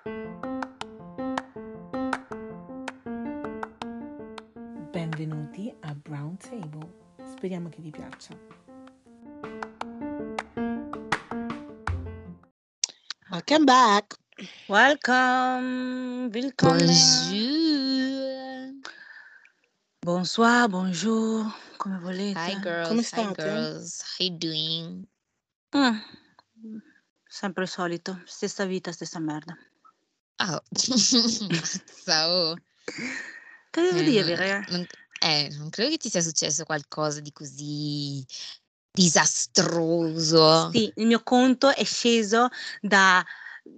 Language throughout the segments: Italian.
Benvenuti a Brown Table, speriamo che vi piaccia. Welcome back. Welcome, willkommen. Bonjour. Bonsoir, bonjour, come volete. Hi girls, Come hi state? girls. How you doing? Sempre il solito, stessa vita, stessa merda. Oh, mazza, oh. Che devo dirvi, ragazzi? Non credo che ti sia successo qualcosa di così disastroso. Sì, il mio conto è sceso da...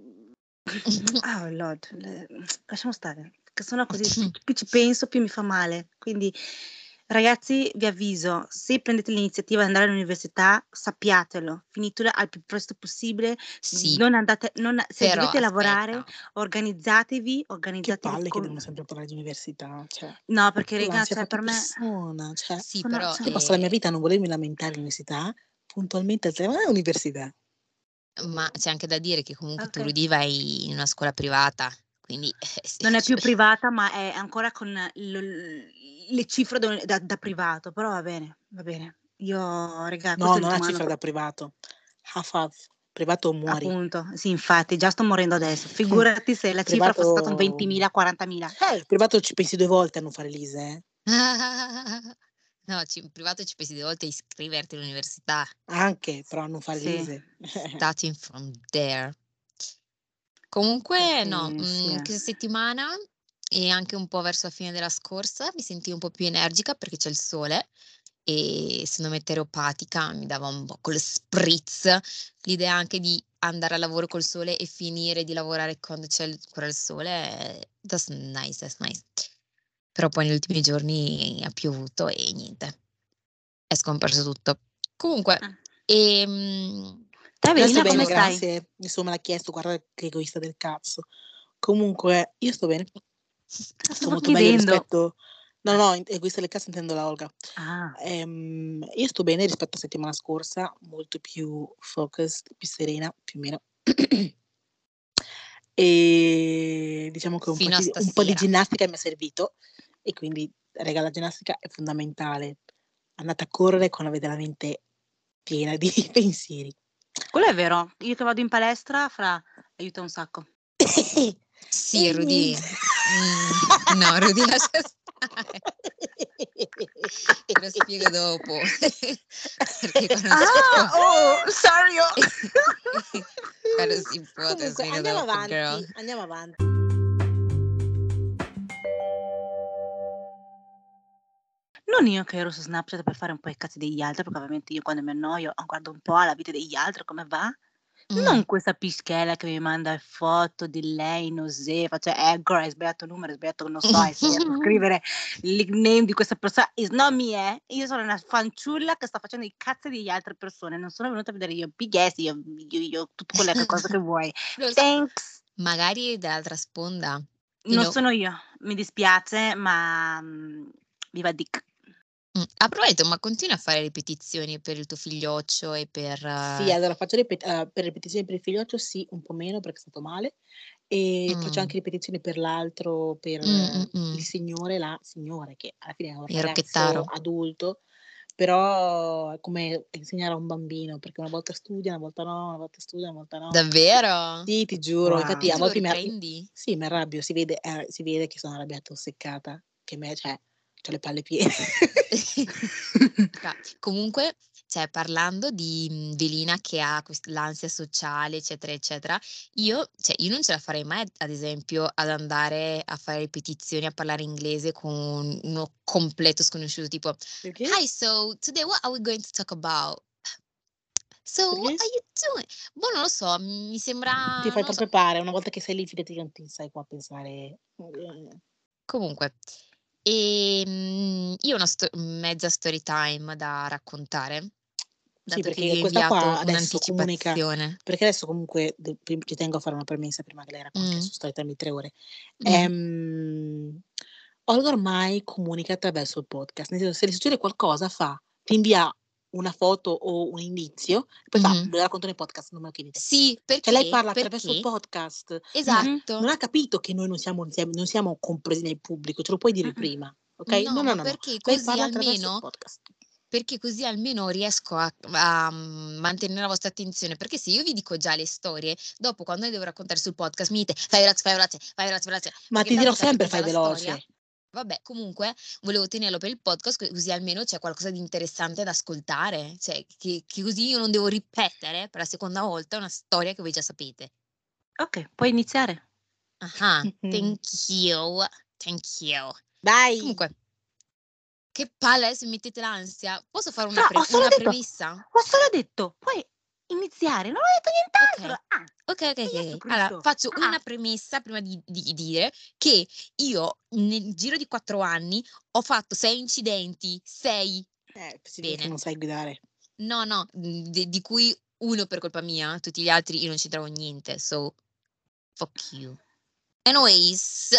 Oh Lord, lasciamo stare, che sono così, più ci penso più mi fa male. Quindi ragazzi, vi avviso, se prendete l'iniziativa di andare all'università, sappiatelo, finitela al più presto possibile. Sì, Non andate, se però dovete lavorare, aspetta. organizzatevi Che palle che devono sempre parlare di università, cioè. No, perché L'ansia ragazzi, fa per me persona, cioè. Sì, sono- però Io passo la mia vita a non volermi lamentare all'università, puntualmente al tema dell'università. ma c'è anche da dire che comunque tu, Ok. Rudy, vai in una scuola privata, quindi non è più privata, ma è ancora con le cifre da privato, però va bene. Io, raga, No, questo è non ha l'ultimo cifra anno. da privato. Half, privato muori. Appunto, sì, infatti, già sto morendo adesso. Figurati se la cifra fosse stata un 20.000, 40.000. Privato ci pensi 2 volte a non fare l'ISE, No, in privato ci pensi 2 volte a iscriverti all'università. Anche, però a non fare Sì. l'ISE. Starting from there. Comunque, no, sì. questa settimana e anche un po' verso la fine della scorsa mi sentivo un po' più energica perché c'è il sole e essendo meteoropatica mi dava un po' quello spritz, l'idea anche di andare a lavoro col sole e finire di lavorare quando c'è ancora il sole, that's nice. Però poi negli ultimi giorni ha piovuto e niente, è scomparso tutto. Comunque, Te, Adesso Evelina, bene, come stai? grazie. Nessuno me l'ha chiesto, guarda che egoista del cazzo. Comunque, io sto bene. Sto Stavo molto meglio chiedendo. rispetto... No, egoista del cazzo intendo la Olga. Ah, Io sto bene rispetto alla settimana scorsa, molto più focused, più serena, più o meno. E diciamo che un fino a po' di stasera. ginnastica mi è servito e quindi, raga, la ginnastica è fondamentale. Andate a correre quando avete la mente piena di pensieri. quello è vero. Io che vado in palestra aiuta un sacco. Sì, Rudy. No, Rudy, lascia stare. Te lo spiego dopo. Perché quando sorry. quando si può te lo Comunque, spiego andiamo dopo, avanti, girl. andiamo avanti. Non io che ero su Snapchat per fare un po' i cazzi degli altri, perché ovviamente io quando mi annoio guardo un po' alla vita degli altri, come va. Non questa pischella che mi manda foto di lei in Osefa, cioè girl, hai sbagliato il numero, hai sbagliato, non so, hai sbagliato a scrivere il nickname di questa persona. It's not me, Io sono una fanciulla che sta facendo i cazzi degli altre persone, non sono venuta a vedere io BS, io tutto quelle cose che vuoi. Lo so. Thanks. Magari dall'altra sponda. Non sono io, mi dispiace, ma viva Dick. A proposito, ma continui a fare ripetizioni per il tuo figlioccio e per... Sì, allora faccio per ripetizioni per il figlioccio, sì, un po' meno perché è stato male. E faccio anche ripetizioni per l'altro, per il signore, la signora, che alla fine è un Il ragazzo rocchettaro. adulto, però è come insegnare a un bambino, perché una volta studia, una volta no, una volta studia, una volta no. Davvero? Sì, ti giuro, Wow. infatti E a tu lo volte riprendi? sì, mi arrabbio, si vede che sono arrabbiata o seccata, che me, cioè, c'ho le palle piene. Comunque, cioè, parlando di Velina che ha l'ansia sociale, eccetera, eccetera, io non ce la farei mai, ad esempio, ad andare a fare ripetizioni, a parlare inglese con uno completo sconosciuto, tipo Perché? Hi, so today what are we going to talk about? So what Perché? are you doing? Boh, non lo so, mi sembra, Ti fai non lo so. proprio pare, una volta che sei lì, fidati che non ti sai qua a pensare. Comunque, io ho una mezza story time da raccontare, Sì, dato che perché vi ho questa qua inviato adesso comunica, un'anticipazione. perché adesso comunque ci tengo a fare una premessa prima che lei racconti le sue storie di 3 ore. Olga ormai comunica attraverso il podcast, nel senso, se le succede qualcosa ti invia una foto o un indizio, poi fa, Mhm. ve lo racconto nel podcast, non me lo chiedete. Sì, Cioè lei perché? parla attraverso il Perché? podcast, non ha, Esatto. non ha capito che noi non siamo compresi nel pubblico, ce lo puoi dire prima, ok? No, ma No. perché Lei così parla attraverso il almeno, podcast. perché così almeno riesco a mantenere la vostra attenzione. Perché se io vi dico già le storie, dopo quando le devo raccontare sul podcast mi dite fai veloce. Ma Perché ti dirò tanto sapete sempre già fai la storia. veloce. Vabbè, comunque volevo tenerlo per il podcast così almeno c'è qualcosa di interessante da ascoltare. Cioè, che così io non devo ripetere per la seconda volta una storia che voi già sapete. Ok, puoi iniziare. Ah, thank you. Dai! Comunque, che palle se mettete l'ansia. Posso fare Però ho solo una detto, premessa? puoi iniziare, non ho detto nient'altro. Ok. Sei Gesù Allora, Cristo. faccio una premessa prima di dire che io nel giro di 4 anni ho fatto 6 incidenti, 6. Si vede che Bene. non sai guidare. No, di cui uno per colpa mia, tutti gli altri io non c'entravo niente, so fuck you. Anyways,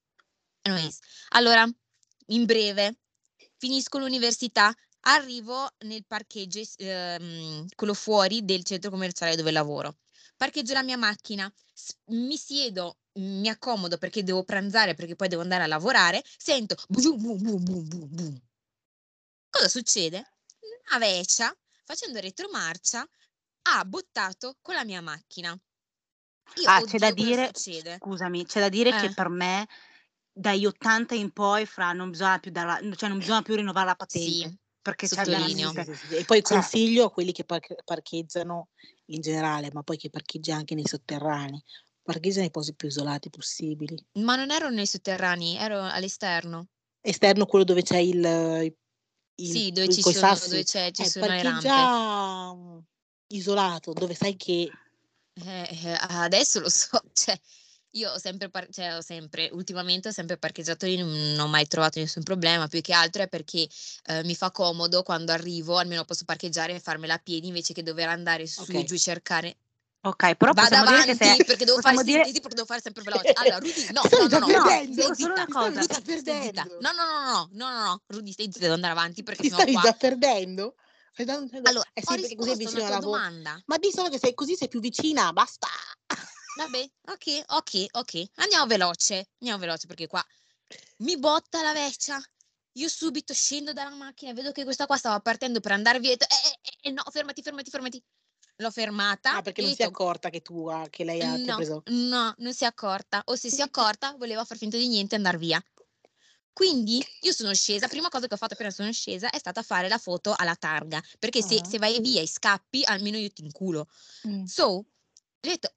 allora, in breve, finisco l'università, arrivo nel parcheggio, quello fuori del centro commerciale dove lavoro. Parcheggio la mia macchina, mi siedo, mi accomodo perché devo pranzare, perché poi devo andare a lavorare, sento bum bum bum bum bum bum. Cosa succede? Una vecchia, facendo retromarcia, ha bottato con la mia macchina. Io, c'è da oddio, cosa dire, succede? scusami, c'è da dire che per me dagli 80 in poi non bisogna più rinnovare la patente. Sì, Perché c'è sottolineo. veramente. Sì. E poi Cioè, consiglio a quelli che parcheggiano in generale, ma poi chi parcheggia anche nei sotterranei, parcheggia nei posti più isolati possibili. Ma non ero nei sotterranei, ero all'esterno. Esterno, quello dove c'è il Sì, dove coi sassi, dove ci sono le rampe. parcheggia isolato, dove sai che Adesso lo so, cioè io ultimamente ho sempre parcheggiato lì, non ho mai trovato nessun problema, più che altro è perché, mi fa comodo quando arrivo, almeno posso parcheggiare e farmela a piedi invece che dover andare su e giù e cercare. ok, però Vado possiamo dire che avanti perché devo fare possiamo dire sintesi, perché devo fare sempre veloce. Allora, Rudy, no, Stavi già perdendo, dico solo una cosa. Ti stavi già Rudy, stai zitta. perdendo. No, Rudy, stai zitta, devo andare avanti perché Ti sennò stavi qua. già perdendo? Allora, Eh ho sì, perché così è risposto vicino alla al tua lavoro. domanda. Ma di solo che così sei più vicina, basta. Vabbè, ok. Andiamo veloce perché qua mi botta la vecchia. Io subito scendo dalla macchina, vedo che questa qua stava partendo per andare via. No, fermati. L'ho fermata Ah, perché e non ho si è detto, accorta che che lei ti ha preso. no, non si è accorta. O se si è accorta, voleva far finta di niente e andar via. Quindi io sono scesa, prima cosa che ho fatto appena sono scesa è stata fare la foto alla targa, perché se vai via e scappi, almeno io ti inculo. So, ho detto,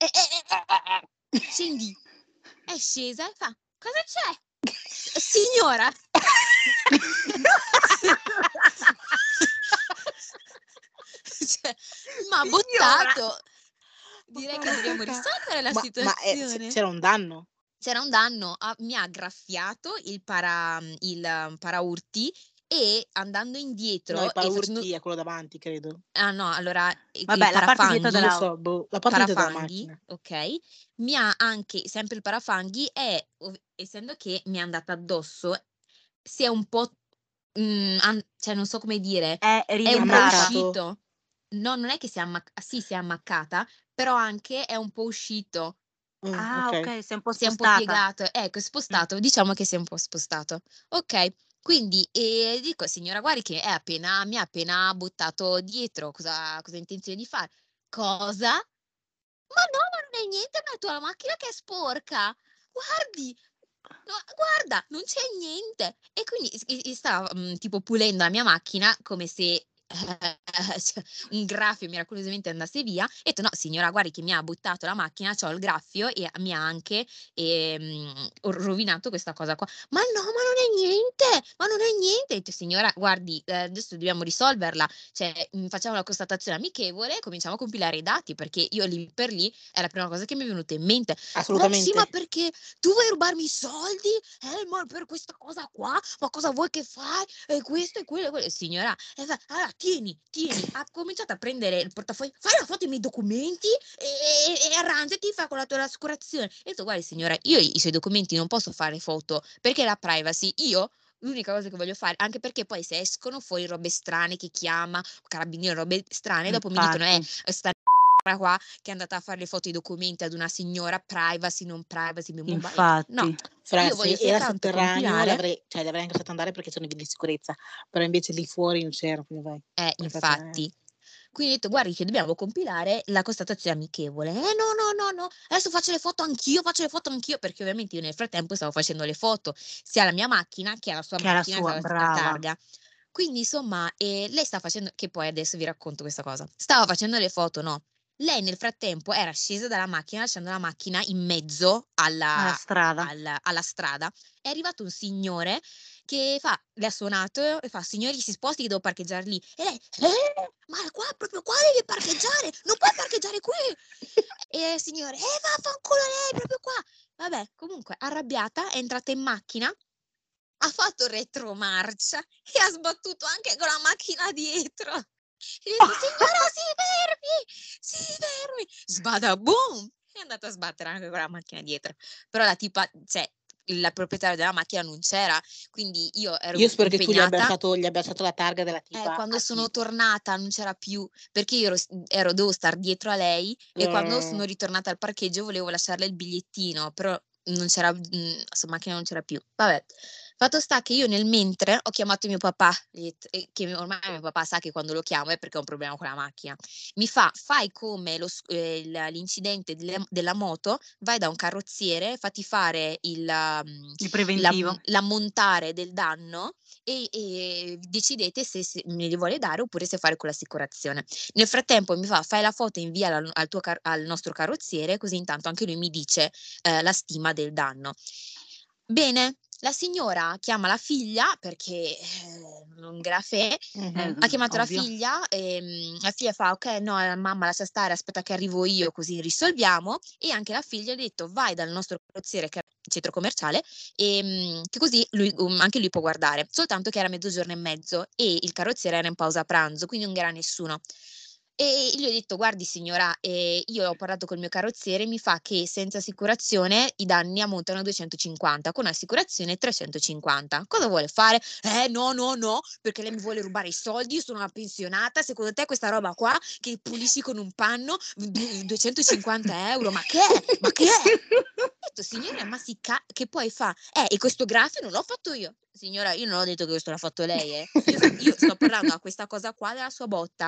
scendi. È scesa e fa, cosa c'è? Signora! Cioè, m'ha bottato. Direi che dobbiamo risolvere la situazione. C'era un danno? C'era un danno, mi ha graffiato il paraurti e andando indietro No, il e facendo paraurti è quello davanti, credo. no, allora il Vabbè, la parte dietro parafanghi, Non lo so, la parte dietro della macchina. okay, mi ha anche sempre il parafanghi e essendo che mi è andata addosso, si è un po', cioè non so come dire, è è un po' Ammaccato. uscito. No, non è che si è ammaccata, però anche è un po' uscito. ok, sei un po' Si è un po' spostata. piegato, ecco, è spostato, diciamo che si è un po' spostato. Okay, quindi, dico: "Signora guardi che mi ha appena buttato dietro, cosa ha intenzione di fare?" "Cosa? Ma no, ma non è niente, ma è tua la macchina che è sporca. Guardi, no, guarda, non c'è niente." E quindi stava, tipo pulendo la mia macchina come se, cioè un graffio miracolosamente andasse via. Ho detto: "No signora guardi che mi ha buttato la macchina, c'ho il graffio e mi ha anche, rovinato questa cosa qua." "Ma no, ma non è niente, ma non è niente." Ho detto: "Signora guardi, adesso dobbiamo risolverla, cioè, facciamo la constatazione amichevole e cominciamo a compilare i dati." Perché io lì per lì è la prima cosa che mi è venuta in mente. Assolutamente. Sì, ma perché tu vuoi rubarmi i soldi? Ma per questa cosa qua? Ma cosa vuoi che fai? E questo e quello e quello." Signora, allora tieni. Ha cominciato a prendere il portafoglio, fai la foto ai miei documenti e arrangiati, fai con la tua assicurazione. E ho detto: "Guardi signora, io i suoi documenti non posso fare foto perché la privacy, io l'unica cosa che voglio fare, anche perché poi se escono fuori robe strane che chiama, carabinieri, robe strane, dopo mi dicono Infatti. sta qua che è andata a fare le foto e i documenti ad una signora, privacy, non privacy, bim bum bam. No, Infatti. Fra, io se voglio era soltanto sotterraneo compilare. l'avrei anche lasciato andare perché sono i vigili di sicurezza, però invece lì fuori non c'era, quindi vai. Infatti. Quindi ho detto: "Guardi che dobbiamo compilare la constatazione amichevole". No, adesso faccio le foto anch'io", perché ovviamente io nel frattempo stavo facendo le foto sia alla mia macchina che alla sua Che è la macchina che sua, aveva la brava. targa. Quindi insomma, lei sta facendo, che poi adesso vi racconto questa cosa. Stava facendo le foto, no, lei nel frattempo era scesa dalla macchina lasciando la macchina in mezzo Alla strada. alla strada. È arrivato un signore che le ha suonato e fa: "Signori, si sposti che devo parcheggiare lì". E lei: ma qua, proprio qua devi parcheggiare, non puoi parcheggiare qui". E il signore: vaffanculo lei, proprio qua". Vabbè, comunque arrabbiata è entrata in macchina, ha fatto retromarcia e ha sbattuto anche con la macchina dietro. E gli ho detto: "Signora, si fermi!" Sbadaboom! È andata a sbattere anche con la macchina dietro. Però la tipa, cioè, la proprietaria della macchina non c'era, quindi io ero Io spero che tu gli abbia impegnata. lasciato la targa della tipa Quando al sono tipo. tornata non c'era più, perché io dovevo star dietro a lei e quando sono ritornata al parcheggio volevo lasciarle il bigliettino, però non c'era, sua macchina non c'era più. Vabbè, fatto sta che io nel mentre ho chiamato mio papà, che ormai mio papà sa che quando lo chiamo è perché ho un problema con la macchina. Mi fa: "Fai come l'incidente della moto, vai da un carrozziere, fatti fare Il preventivo. l'ammontare del danno e decidete se me li vuole dare oppure se fare con l'assicurazione". Nel frattempo mi fa: "Fai la foto e inviala al nostro carrozziere, così intanto anche lui mi dice la stima del danno". Bene, la signora chiama la figlia perché, un grafè, ha chiamato la Ovvio. figlia, la figlia fa: "Okay, no, mamma lascia stare, aspetta che arrivo io così risolviamo". E anche la figlia ha detto: "Vai dal nostro carrozziere che è al centro commerciale, che così lui anche lui può guardare". Soltanto che era mezzogiorno e mezzo e il carrozziere era in pausa pranzo, quindi non era nessuno. E gli ho detto: "Guardi signora, io ho parlato col mio carrozziere, mi fa che senza assicurazione i danni ammontano a 250, con assicurazione 350. Cosa vuole fare?". No, perché lei mi vuole rubare i soldi, io sono una pensionata, secondo te questa roba qua che pulisci con un panno, 250 €, ma che è? Ma che è?". Ho detto: "Signora, ma che poi fa: e questo graffio non l'ho fatto io". Signora, io non ho detto che questo l'ha fatto lei, eh. Io sto parlando a questa cosa qua della sua botta.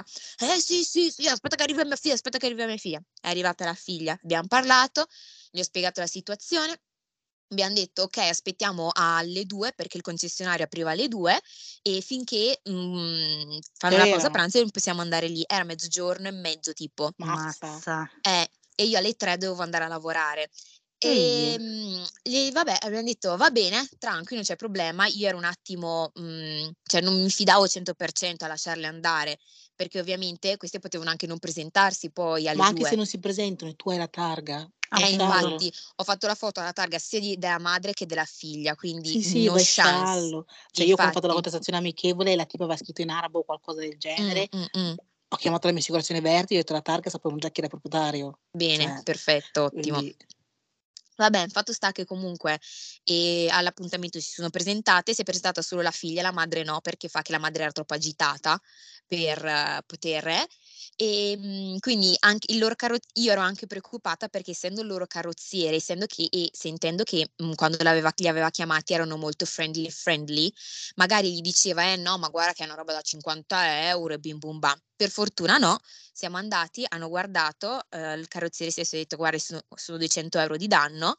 Sì, aspetta che arriva mia figlia, aspetta che arriva mia figlia". È arrivata la figlia, abbiam parlato, gli ho spiegato la situazione, abbiam detto: "Okay, aspettiamo alle 2 perché il concessionario apriva alle 2 e finché, fanno la pausa Vero? pranzo e possiamo andare lì". Era mezzogiorno e mezzo tipo. Mazza. E io alle 3 dovevo andare a lavorare. Ehi. Vabbè, abbiam detto: "Va bene, tranqui, non c'è problema". Io ero un attimo, cioè non mi fidavo 100% a lasciarle andare, perché ovviamente queste potevano anche non presentarsi poi alle Ma anche se 2. non si presentano e tu hai la targa, Appunto. lasciarlo. Infatti ho fatto la foto alla targa sia della madre che della figlia, quindi Sì, no vai chance. sciallo. Cioè io quando ho fatto la Infatti. contestazione amichevole e la tipa aveva scritto in arabo o qualcosa del Mh, genere, mh, mh. ho chiamato la mia assicurazione Verdi e ho detto: "La targa sapevano già chi era il proprietario". Bene, Cioè, perfetto, ottimo. quindi Vabbè, fatto sta che comunque, all'appuntamento si sono presentate, si è presentata solo la figlia, la madre no, perché fa che la madre era troppo agitata per poter. Quindi anche il loro io ero anche preoccupata perché essendo il loro carrozziere, essendo che sentendo che, quando li aveva chiamati erano molto friendly, magari gli diceva: no, ma guarda che è una roba da 50 € e bim bum bam". Per fortuna no, siamo andati, hanno guardato, il carrozziere stesso ha detto: "Guarda, sono 200 € di danno,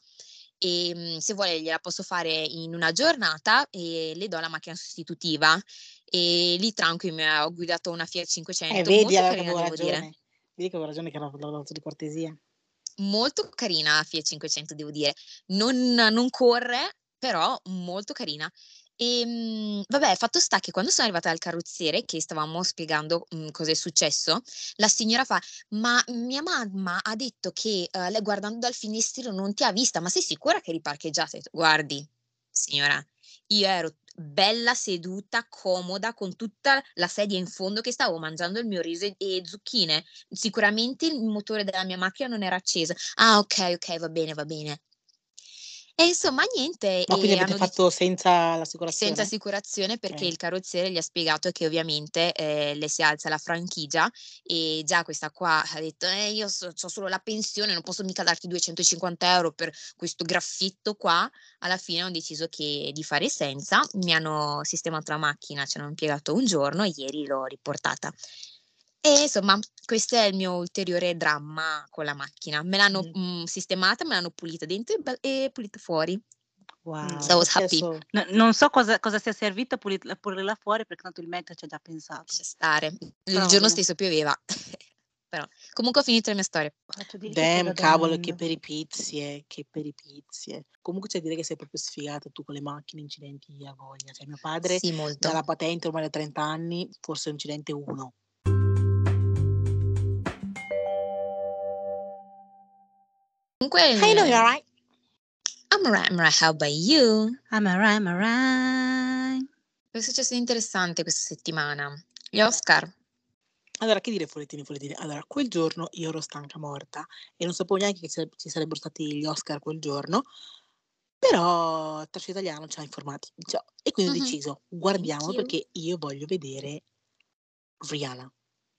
se vuole gliela posso fare in una giornata e le do la macchina sostitutiva". E lì tranqui ho guidato una Fiat 500 vedi molto allora che carina avevo devo dire. ragione. Vedi che avevo ragione che l'avevo dato di cortesia. Molto carina la Fiat 500 devo dire. Non corre, però molto carina. Vabbè, fatto sta che quando sono arrivata dal carrozziere, che stavamo spiegando, cosa è successo, la signora fa: "Ma mia mamma ha detto che, lei guardando dal finestrino non ti ha vista, ma sei sicura che eri parcheggiata?". Ho detto: "Guardi signora, io ero bella seduta, comoda, con tutta la sedia in fondo che stavo mangiando il mio riso e zucchine. Sicuramente il motore della mia macchina non era acceso". "Ah, okay, va bene, va bene". E insomma niente, Ma quindi e avete hanno dec fatto senza senza l'assicurazione? assicurazione perché Okay. il carrozziere gli ha spiegato che ovviamente, le si alza la franchigia e già questa qua ha detto: io c'ho solo la pensione, non posso mica darti 250 € per questo graffitto qua." Alla fine han deciso di fare senza, mi hanno sistemato la macchina, ci hanno impiegato un giorno e ieri l'ho riportata. E insomma, questo è il mio ulteriore dramma con la macchina. Me l'hanno, Mh-mh. Sistemata, me l'hanno pulita dentro e pulita fuori. So I Wow, was perché happy. adesso Non so cosa sia servito a pulirla fuori perché tanto il meteo ci ha già pensato. Lascia stare. Il però va giorno bene. stesso pioveva. Però comunque ho finito la mia storia. Faccio dire che Damn, cosa cavolo, che domando. peripezie, che peripezie. Comunque c'è da dire che sei proprio sfigata tu con le macchine, incidenti a voglia. Cioè mio padre Sì, ne ha molto. la patente ormai da 30 anni, forse un incidente 1. Comunque, I know you're right. I'm alright, how about you? I'm alright. Cosa è successo di interessante questa settimana? Gli Oscar. Allora, che dire follettini, follettini? Allora, quel giorno io ero stanca morta e non sapevo neanche che ci sarebbero stati gli Oscar quel giorno, però Trascio Italiano ci ha informati. E quindi ho Mh-mh. deciso, Thank guardiamolo you. perché io voglio vedere Rihanna.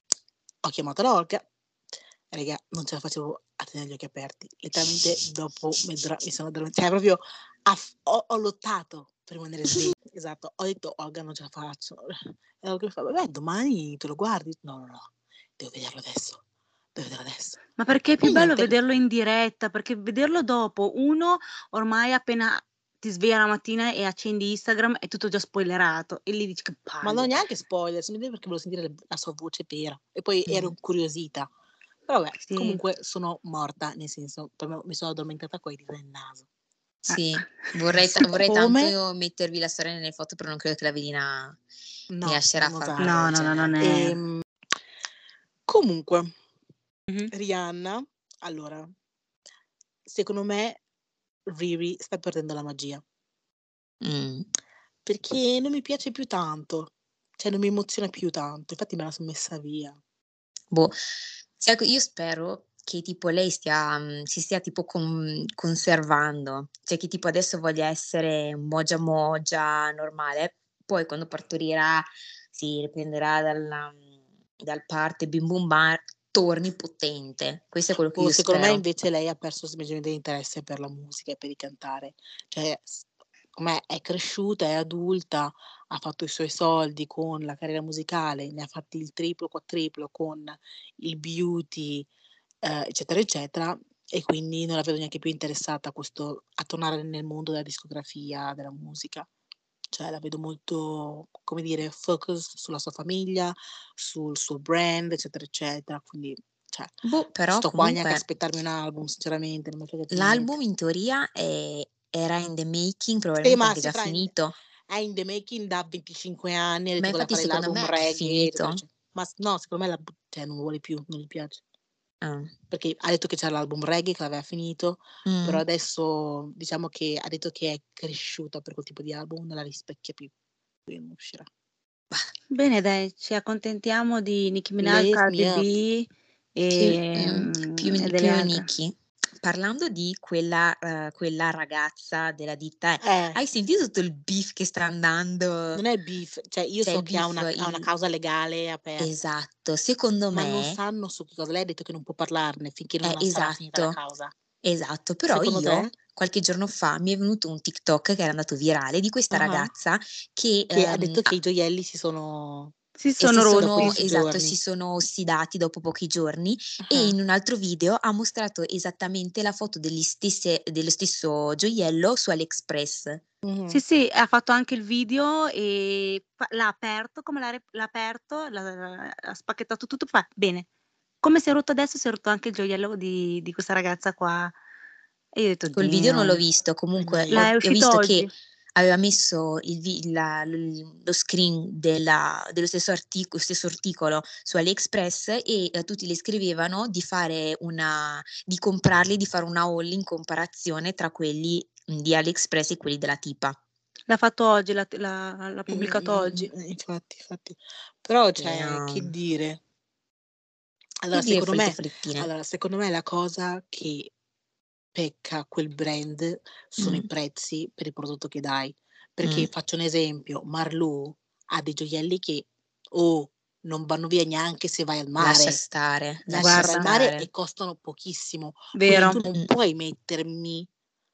Ho chiamato la Olga, raga, non ce la facevo a tenere gli occhi aperti. Letteralmente dopo mezz'ora mi sono addormentata. Cioè proprio ho lottato per rimanere sveglia. Esatto, ho detto Olga non ce la faccio. E Olga mi fa, vabbè, domani te lo guardi. No, devo vederlo adesso. Ma perché è E più bello niente, vederlo in diretta, perché vederlo dopo, uno ormai appena ti svegli la mattina e accendi Instagram è tutto già spoilerato e lì dici che ma non palle. neanche spoiler, semplicemente perché volevo sentire la sua voce vera. E poi ero Mh. incuriosita. Però vabbè, Sì. comunque sono morta, nel senso, proprio mi sono addormentata coi dita nel naso. Sì, vorrei Siccome tanto mettervi la storia nelle foto, però non credo che la velina mi no, lascerà non fare osare. una cosa del No, non genere. è. Comunque, Mh-mh. Rihanna, allora, secondo me Riri sta perdendo la magia, Mh. perché non mi piace più tanto, cioè non mi emoziona più tanto, infatti me la son messa via. Boh, sai co io spero che tipo lei si stia tipo conservando, cioè che tipo adesso voglia essere mogia mogia, normale, poi quando partorirà, si riprenderà dal parte bim bum bar, torni potente. Questo è quello che Boh, io secondo me spero. invece lei ha perso semplicemente l'interesse per la musica e per il cantare. Cioè, com'è è cresciuta, è adulta, ha fatto i suoi soldi con la carriera musicale, ne ha fatti il triplo, quadtriplo con il beauty, eccetera, eccetera, e quindi non la vedo neanche più interessata a tornare nel mondo della discografia, della musica. Cioè la vedo molto, come dire, focus sulla sua famiglia, sul suo brand, eccetera, eccetera. Quindi, cioè, Boh, non però sto qua neanche a comunque aspettarmi un album, sinceramente, non me frega più l'album niente. in teoria era in the making, probabilmente Ma anche si già fra finito, è in the making da 25 anni, ha ma detto che voleva infatti fare secondo l'album me è reggae, eccetera, finito. ma no, secondo me cioè non vuole più, non gli piace. Ah. Perché ha detto che c'era l'album reggae che l'aveva finito, però Mh. adesso diciamo che ha detto che è cresciuta per quel tipo di album, non la rispecchia più, quindi non uscirà. Bene dai, ci accontentiamo di Nicki Minaj, Lift me Cardi up. B, e delle Più altre. Nicki. Parlando di quella ragazza della ditta, Eh, hai sentito tutto il beef che sta andando? non è beef, cioè io Cioè so il che ha beef una il causa legale aperta, esatto, secondo ma non me sanno su che cosa. Lei ha detto che non può parlarne finché non sarà finita la esatto, causa. esatto. Però Secondo te? io qualche giorno fa mi è venuto un TikTok che era andato virale di questa Ah-ah. ragazza che, Che ha detto che i gioielli si sono Si e sono dopo rotti. 10 esatto, giorni. si sono ossidati dopo pochi giorni e Ah-ah. in un altro video ha mostrato esattamente la foto dello stesso gioiello su AliExpress. Sì, Mh-mh. sì, ha fatto anche il video e l'ha aperto, come l'ha aperto, ha spacchettato tutto, fa bene. Come si è rotto adesso, si è rotto anche il gioiello di questa ragazza qua. E io ho detto: Quel video non l'ho "Damn". visto, comunque Mh. È ho uscito visto che oggi. aveva messo il vi la l lo screen dello stesso articolo su AliExpress e, tutti le scrivevano di comprarli, di fare una haul in comparazione tra quelli, di AliExpress e quelli della tipa. L'ha fatto oggi, l'ha pubblicato oggi. Infatti. Però, cioè, che Damn. dire? Che Allora dire secondo folette me follettine. secondo me la cosa che pecca quel brand sono i Mh. prezzi per il prodotto che dai. Perché, faccio un esempio, Marlù ha dei gioielli che, non vanno via neanche se vai al Lascia mare. stare, Lascia lascia se vai al Guarda, mare stare. e costano pochissimo. Quindi vero. tu non Mh. puoi mettermi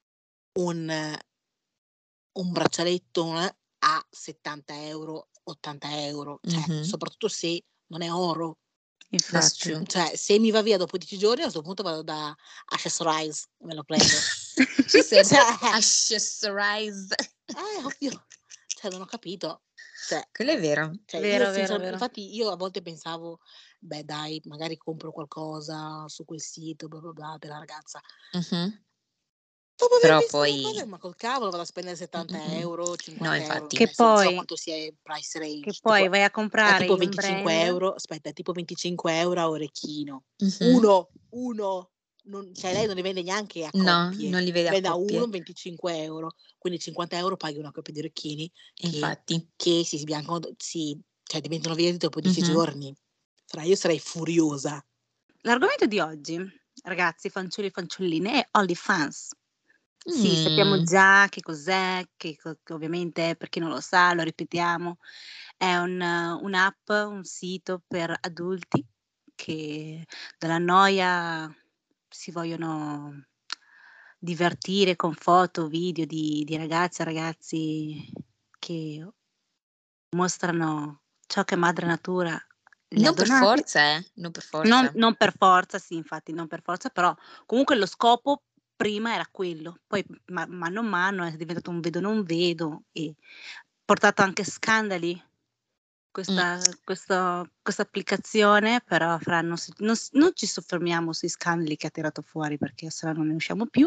un braccialetto a 70 €, 80 €, cioè, Mh-mh. soprattutto se non è oro. That's Infatti. true. Cioè, se mi va via dopo 10 giorni, a 'sto punto vado da Accessorize, me lo prendo. She said Cioè, accessorize. ovvio. Cioè, non ho capito. Cioè Quello è vero. io Vero, vero, vero. infatti io a volte pensavo: "Beh dai, magari compro qualcosa su quel sito, bla bla bla, per la ragazza." Mh-mh. Dopo aver Però visto quella cosa, poi ma col cavolo vado a spendere 70 €, No, 50 €, infatti. Che adesso non so poi quanto sia il price che range, poi tipo vai a comprare tipo in un 25 brand. €, aspetta, tipo 25 € a orecchino. Mh-mh. 1, non, cioè lei non li vende neanche a No, coppie, non li vede a vende a coppie. uno 25 €, quindi 50 € paghi una coppia di orecchini che Infatti. si sbiancano, cioè diventano verdi dopo 10 Mh-mh. giorni. Io sarei furiosa. L'argomento di oggi, ragazzi, fanciulli e fanciulline, è OnlyFans. Sì, sappiamo Mh. già che cos'è, che ovviamente per chi non lo sa, lo ripetiamo, è un'app, un sito per adulti che dalla noia si vogliono divertire con foto, video di ragazze e ragazzi che mostrano ciò che madre natura le ha Non per donate. forza, non per Non forza. non per forza, sì, infatti non per forza, però comunque lo scopo prima era quello, poi mano a mano è diventato un vedo non vedo e portato anche scandali Mh. questa applicazione, però Fra non ci soffermiamo sui scandali che ha tirato fuori perché se no non ne usciamo più.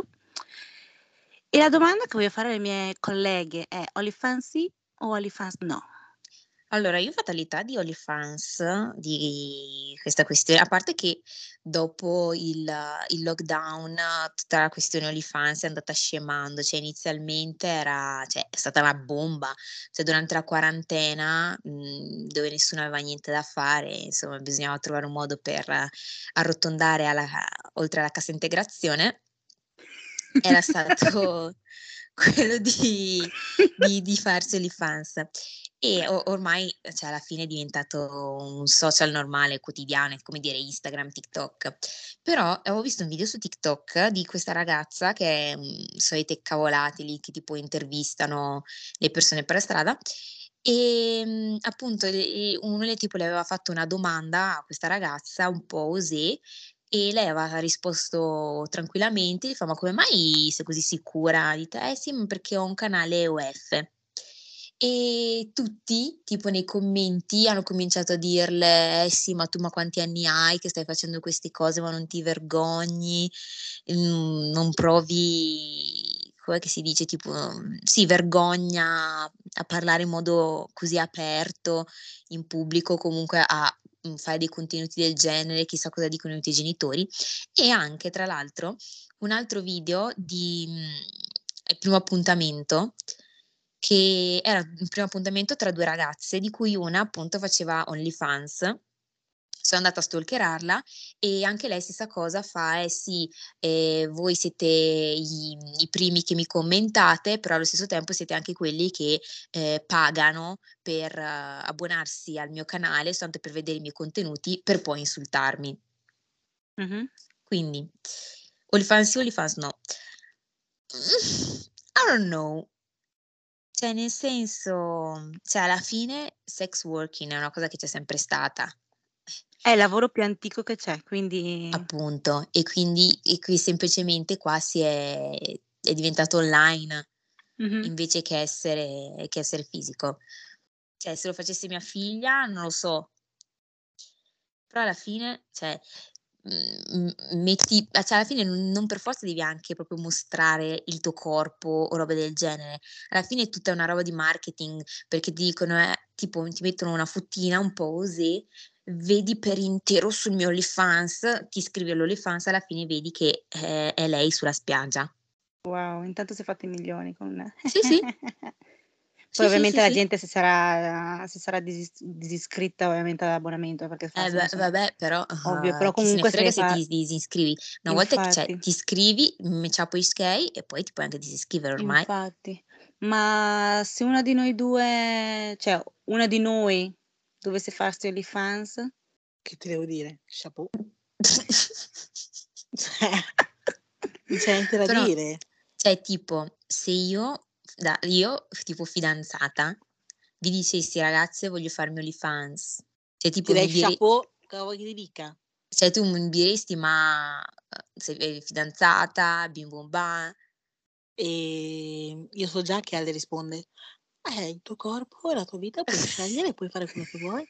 E la domanda che voglio fare alle mie colleghe è: OnlyFans sì o OnlyFans no? Allora, io fatalità di OnlyFans, di questa questione a parte che dopo il lockdown, tutta la questione OnlyFans è andata scemando, cioè inizialmente è stata una bomba. Cioè durante la quarantena, dove nessuno aveva niente da fare, insomma bisognava trovare un modo per arrotondare oltre alla cassa integrazione, era stato quello di farsi OnlyFans. E ormai, cioè alla fine è diventato un social normale, quotidiano, è come dire Instagram, TikTok. Però avevo visto un video su TikTok di questa ragazza che, solite cavolate lì che tipo intervistano le persone per la strada, appunto uno tipo le aveva fatto una domanda a questa ragazza un po' osé e lei aveva risposto tranquillamente, gli fa: "Ma come mai sei così sicura di te?" "Eh sì, ma perché ho un canale UF." E tutti, tipo nei commenti, hanno cominciato a dirle: "Eh sì, ma tu ma quanti anni hai che stai facendo queste cose, ma non ti vergogni? Non provi" com'è che si dice, tipo, sì, vergogna a parlare in modo così aperto in pubblico, comunque a fare dei contenuti del genere, chissà cosa dicono i tuoi genitori. E anche tra l'altro un altro video il primo appuntamento, che era un primo appuntamento tra 2 ragazze, di cui una appunto faceva OnlyFans. Sono andata a stalkerarla e anche lei stessa cosa fa: "Eh sì, voi siete i primi che mi commentate, però allo stesso tempo siete anche quelli che, pagano per abbonarsi al mio canale soltanto per vedere i miei contenuti, per poi insultarmi." Mh-mh. Quindi OnlyFans sì, OnlyFans no. I don't know. Cioè nel senso, cioè alla fine sex working è una cosa che c'è sempre stata. È il lavoro più antico che c'è, quindi Appunto, e qui semplicemente qua è diventato online mh-mh. invece che essere fisico. Cioè se lo facesse mia figlia non lo so, però alla fine, cioè, cioè alla fine non per forza devi anche proprio mostrare il tuo corpo o robe del genere. Alla fine è tutta una roba di marketing, perché ti dicono, tipo ti mettono una fottina un po' osé, vedi per intero sul mio OnlyFans, ti iscrivi all'OnlyFans, alla fine vedi che è lei sulla spiaggia. Wow, intanto si è fatti i milioni con Sì, sì. Sì, Poi sì, ovviamente sì, la sì. gente se sarà disiscritta ovviamente dall'abbonamento, perché forse non Beh, so, vabbè, però ovvio, però chi se ne comunque se frega devi se far ti disiscrivi. Una volta che infatti, ti iscrivi, ciao iscrivi e poi ti puoi anche disiscrivere ormai. infatti. Ma se una di noi due, cioè una di noi dovesse farsi OnlyFans? Che ti devo dire? Chapeau. Cioè, non c'è niente da Però, dire. cioè, tipo, se io tipo fidanzata, vi dicessi, ragazze, voglio farmi OnlyFans. Cioè, tipo, Direi chapeau, cosa vuoi che ti dica? cioè, tu mi diresti, ma sei fidanzata, bim bum bam. E io so già che Ale risponde: è il tuo corpo, è la tua vita, puoi scegliere, puoi fare quello che vuoi.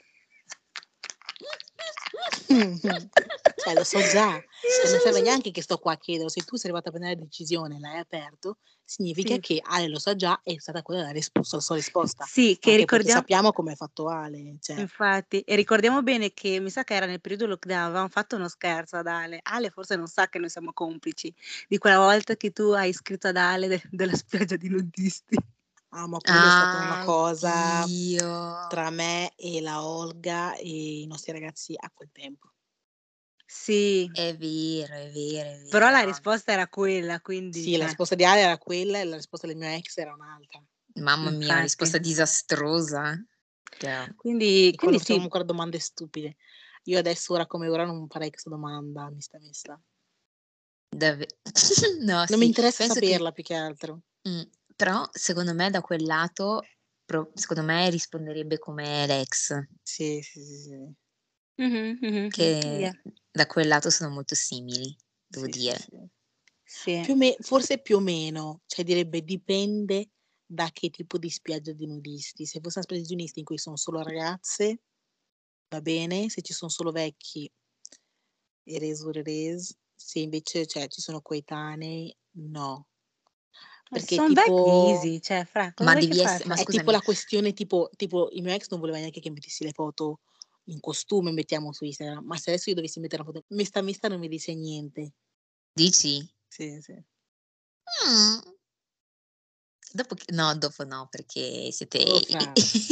Cioè, lo so già, e non serve neanche che sto qua a chiederlo. Se tu sei arrivata a prendere la decisione e l'hai aperto, significa Sì. che Ale lo sa già e è stata quella la sua risposta. Sì, che Anche perché ricordiamo sappiamo come è fatto Ale. Cioè, infatti, e ricordiamo bene che mi sa che era nel periodo lockdown, avevamo fatto uno scherzo ad Ale. Ale forse non sa che noi siamo complici di quella volta che tu hai scritto ad Ale della spiaggia di nudisti. ma quello è stata una Ah, cosa oddio. tra me e la Olga e i nostri ragazzi a quel tempo. Sì, È vero, è vero, è però la vero. risposta era quella, quindi Sì, la cioè, risposta di Ale era quella e la risposta del mio ex era un'altra. Mamma mia, una risposta infatti. disastrosa. Cioè, Quindi E quando quindi facciamo sì, ancora domande stupide. Io adesso, ora come ora, non farei questa domanda, mi sta messa. no, Non mi sì, interessa penso che saperla più che altro. però secondo me da quel lato secondo me risponderebbe come l'ex, Sì, sì, sì, sì. che yeah, da quel lato sono molto simili, devo Sì, sì, dire. sì. sì. Forse più o meno, cioè direbbe dipende da che tipo di spiaggia di nudisti. Se fosse una spiaggia di nudisti in cui sono solo ragazze, va bene, se ci sono solo vecchi, it is what it is. Se invece, cioè, ci sono coetanei, no. Perché Son vecchi tipo easy, cioè fra cosa Ma vuoi che devi esse ma faccia? è tipo scusami, la questione tipo il mio ex non voleva neanche che mettessi le foto in costume, mettiamo su Instagram, ma se adesso io dovessi mettere una foto mista non mi dice niente. dici? Sì, sì. Mh. Dopo no, perché siete Oh fra,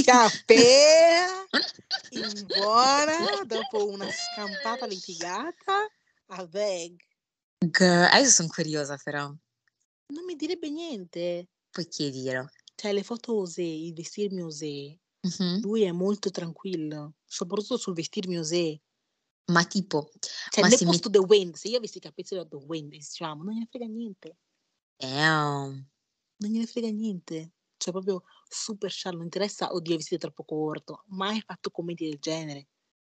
caffè in buona dopo una scampata litigata a Veg. Adesso son curiosa però, Non mi direbbe niente. poi chiedilo. Cioè le foto osé, il vestirmi osé, Mh-mh. lui è molto tranquillo, soprattutto sul vestirmi osé. Ma tipo, Cioè ma nel se posto The Wind, se io avessi i capelli da The Wind, diciamo, non gliene frega niente, damn. non gliene frega niente. Cioè proprio super sciallo, non interessa: "Oddio, il vestito è troppo corto." Mai fatto commenti del genere.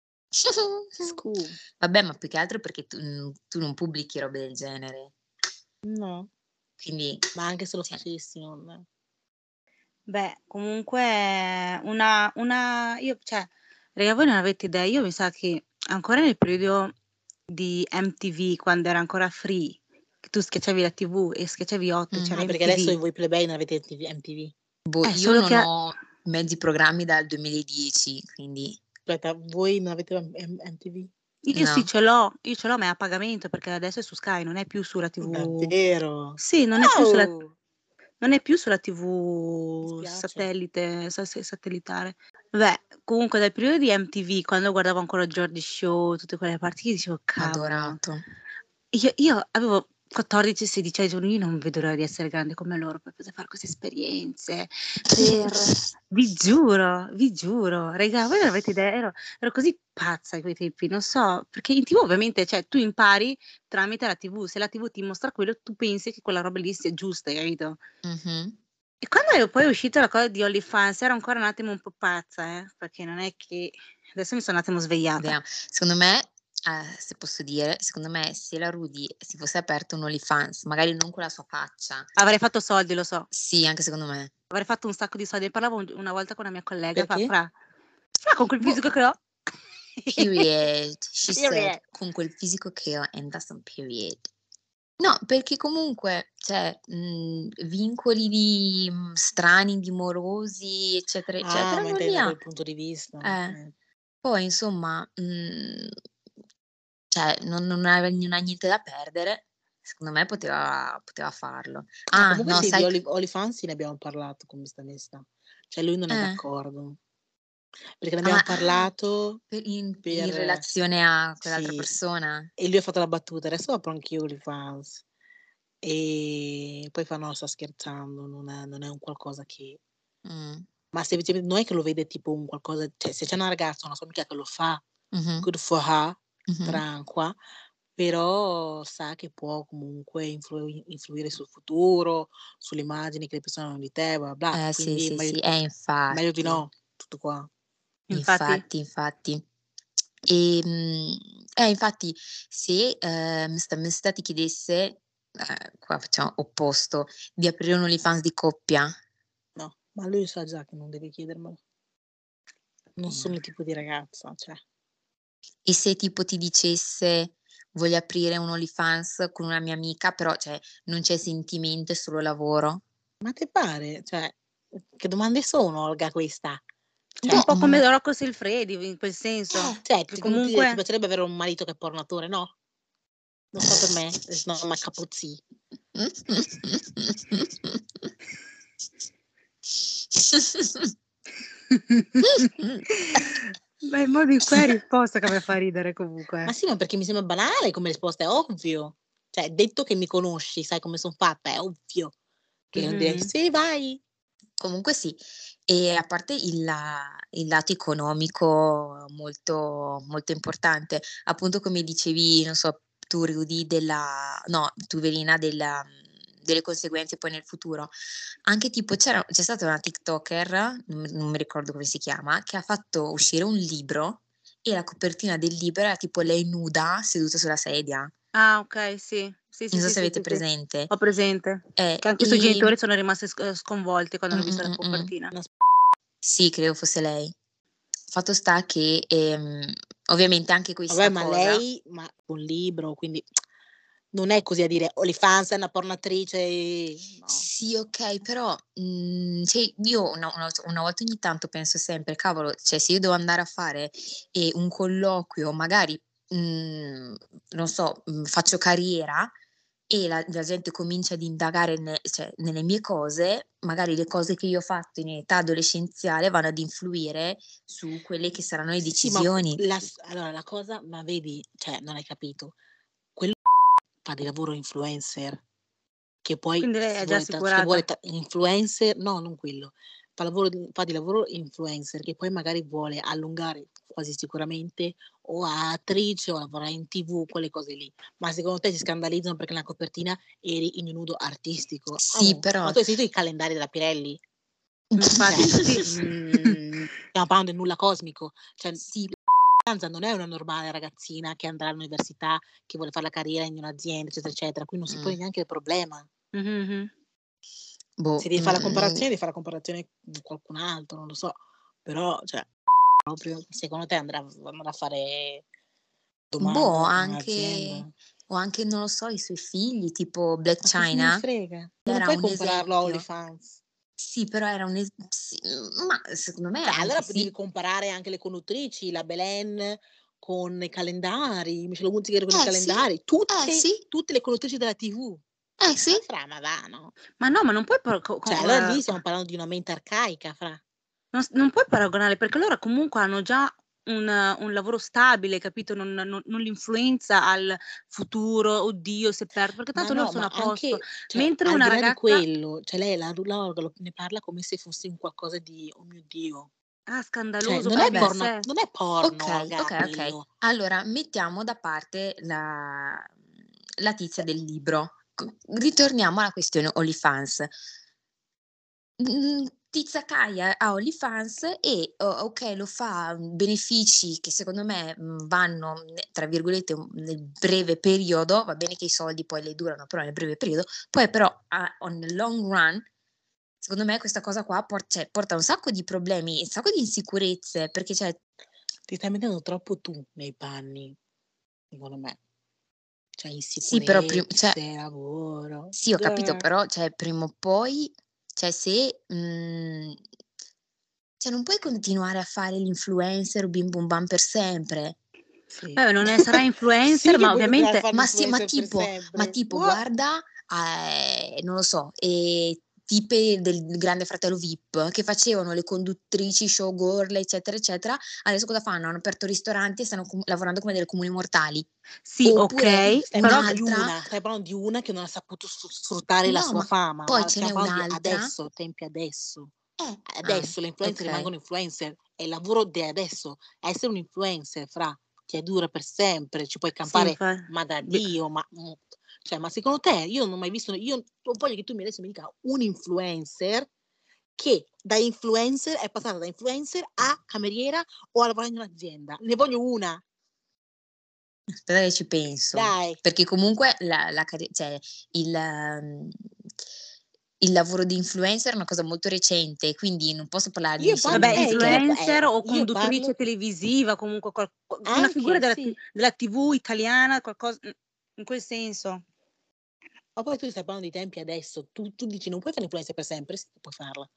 Scu Vabbè, ma più che altro perché tu non pubblichi robe del genere, No, quindi ma anche se lo cioè facessi non Beh, comunque una io cioè, raga voi non avete idea, io mi sa che ancora nel periodo di MTV, quando era ancora free, che tu schiacciavi la TV e schiacciavi 8 e c'era perché adesso MTV. voi plebei non avete MTV. boh, io Solo non che ho mezzi programmi dal 2010, quindi Aspetta, voi non avete MTV? io no. ce l'ho, ma è a pagamento perché adesso è su Sky, non è più sulla TV. Davvero? Sì, non è più sulla Mi TV spiace. satellite, satellitare. Beh, comunque dal periodo di MTV, quando guardavo ancora Geordie Show, tutte quelle parti, io dicevo: "Cavolo". Adorato. Io avevo 14, 16 anni, io non vedo l'ora di essere grande come loro per poter fare queste esperienze, per vi giuro, raga, voi non avete idea, ero così pazza a quei tempi, non so, perché in TV ovviamente, cioè tu impari tramite la TV, se la TV ti mostra quello, tu pensi che quella roba lì sia giusta, hai capito? Mh-mh. E quando poi è uscita la cosa di OnlyFans ero ancora un attimo un po' pazza, perché non è che adesso mi sono un attimo svegliata. Secondo me, se posso dire, secondo me se la Rudy si fosse aperta un OnlyFans, magari non con la sua faccia Avrei fatto soldi, lo so. sì, anche secondo me. Avrei fatto un sacco di soldi. Ne parlavo una volta con una mia collega, Perché? con quel Boh, fisico che ho. period. She said, Period. con quel fisico che ho and that's on period. No, perché comunque, cioè, vincoli strani, dimorosi, eccetera, Ah, eccetera, ma non intendi li da ha. quel punto di vista. Poi insomma, cioè non ha niente da perdere, secondo me poteva farlo. Ah, Ah, comunque no, sì, di sai OnlyFans ne abbiamo parlato con questa onesta. Cioè lui non è Eh. d'accordo. Perché ne Ah, abbiamo ma parlato in per relazione a quell'altra sì, persona? e lui ha fatto la battuta: "Adesso apro anch'io OnlyFans". E poi fa: "No, sta scherzando, non è un qualcosa che". Mh. Ma semplicemente non è che lo vede tipo un qualcosa, cioè se c'è una ragazza, una sua amica che lo fa, Mh-mh. good for her, Mh-mh. tranqua, però sa che può comunque influire sul futuro, sulle immagini che le persone hanno di te, bla bla, Sì, quindi sì, sì. meglio di Infatti. no, tutto qua. Infatti Infatti. Infatti se, Mr. ti chiedesse, qua facciamo opposto, di aprire un OnlyFans di coppia. No, ma lui sa già che non deve chiedermelo. Non Mh. sono il tipo di ragazza, cioè. E se tipo ti dicesse: "Voglio aprire un OnlyFans con una mia amica", però cioè non c'è sentimento, è solo lavoro? Ma te pare? Cioè, che domande sono, Olga, questa? un Cioè, po' come Rocco Siffredi, in quel senso, cioè che ti comunque piacerebbe avere un marito che è pornatore, no? Non fa per me, it's not my cup of tea. Beh, il modo in cui hai risposto che a me fa ridere Ma comunque. sì, ma perché mi sembra banale come risposta, è ovvio. Cioè, detto che mi conosci, sai come son fatta, è ovvio che non direi: Mh-mh. "Sì, vai". Comunque sì, e a parte il lato economico molto molto importante, appunto come dicevi, non so, tu Rudy tu Verina delle conseguenze poi nel futuro. Anche tipo c'è stata una TikToker, non mi ricordo come si chiama, che ha fatto uscire un libro e la copertina del libro era tipo lei nuda seduta sulla sedia. Ah, okay, sì. Sì, sì, Non so sì, se sì, avete sì, sì. presente. Ho presente. Che anche i suoi E genitori sono rimasti sconvolti quando hanno visto la mh. copertina. Una Sì, credo fosse lei. Fatto sta che, ovviamente anche Vabbè, questa ma cosa lei un libro, quindi non è così a dire: "OnlyFans è una pornatrice", no. sì, okay, però, cioè io una volta ogni tanto penso sempre: "Cavolo, cioè se io devo andare a fare, un colloquio, magari, non so, faccio carriera e la gente comincia ad indagare nelle mie cose, magari le cose che io ho fatto in età adolescenziale vanno ad influire su quelle che saranno le Sì, ma decisioni." allora la cosa, ma vedi, cioè non hai capito. Quello fa di lavoro influencer, che poi Quindi lei è già che vuole assicurata. influencer, no, non quello. Fa di lavoro influencer che poi magari vuole allungare, quasi sicuramente, o a attrice o lavorare in TV, quelle cose lì. Ma secondo te si scandalizzano perché nella copertina eri in nudo artistico? Sì, Ma però tu hai sentito i calendari della Pirelli? Cioè, Infatti sì. stiamo parlando del nulla cosmico. Cioè, sì, Sanza non è una normale ragazzina che andrà all'università, che vuole far la carriera in un'azienda, eccetera, eccetera. Qui non si pone mh, neanche il problema. Mh-mh. Se boh, devi fare la comparazione, devi fare la comparazione con qualcun altro, non lo so. Però, cioè, proprio secondo te andrà a fare boh, domanda in anche un'azienda? o anche, non lo so, i suoi figli, tipo Blac Ma cosa me ne Chyna, frega? Ma non era puoi un compararlo a esempio. OnlyFans. Sì, però era sì, ma secondo me Cioè, anche allora devi sì. comparare anche le conduttrici, la Belen con i calendari, Michelle Hunziker con i Sì, calendari, tutte sì, tutte le conduttrici della TV. sì. Ma va, no? Ma no, ma non puoi par co co Cioè, allora lì stiamo parlando di una mente arcaica, non puoi paragonare, perché loro comunque hanno già un lavoro stabile, capito, non l'influenza al futuro: "Oddio se perdo", perché Ma tanto loro no, sono ma a posto. anche, cioè, Mentre al una di là di ragazza quello, cioè lei ne parla come se fosse un qualcosa di: "Oh mio Dio". Cioè, scandaloso non è proprio in Vabbè, porno sé. non è porno, okay, Olga, okay. quello. Allora mettiamo da parte la tizia del libro. Ritorniamo alla questione OnlyFans. Tizia Caia ha OnlyFans e, okay, lo fa, benefici che secondo me, vanno tra virgolette, "nel breve periodo", va bene che i soldi poi le durano, però nel breve periodo, poi però on the long run, secondo me questa cosa qua porta un sacco di problemi, un sacco di insicurezze, perché cioè Ti stai mettendo troppo tu nei panni, secondo me. Cioè sì però cioè insicurezze, lavoro. sì ho capito, però cioè prima o poi, cioè se, cioè non puoi continuare a fare l'influencer o bim bum bam per sempre. Sì. Vabbè, non sarà Sì influencer, che ma puoi continuare a ovviamente fare Ma sì, l'influencer per ma sempre. tipo What? guarda, non lo so, tipe del Grande Fratello VIP che facevano le conduttrici, showgirl, eccetera, eccetera. Adesso cosa fanno? Hanno aperto ristoranti e stanno lavorando come delle comuni mortali. Sì, Oppure ok, Stai però parlando di una che non ha saputo sfruttare la no, sua ma fama, poi ma ce n'è stiamo parlando di un'altra. adesso, tempi adesso. Ah, Adesso le influencer ok. rimangono influencer, è il lavoro di adesso. Essere un influencer, ti dura per sempre, ci puoi sì, campare, ma da Dio, ma secondo te, io non ho mai visto, io voglio che tu adesso mi dica un influencer che da influencer è passata da influencer a cameriera o a lavorare in un'azienda. Ne voglio una. Aspetta che ci penso. Dai. Perché comunque cioè, il lavoro di influencer è una cosa molto recente, quindi non posso parlare di Io Michelle parlo vabbè, di Vischer. influencer o io conduttrice parlo televisiva, comunque una anche, figura sì. della TV italiana, qualcosa in quel senso. Ma poi tu stai parlando di tempi adesso, tu dici non puoi fare influencer per sempre, sì, puoi farla.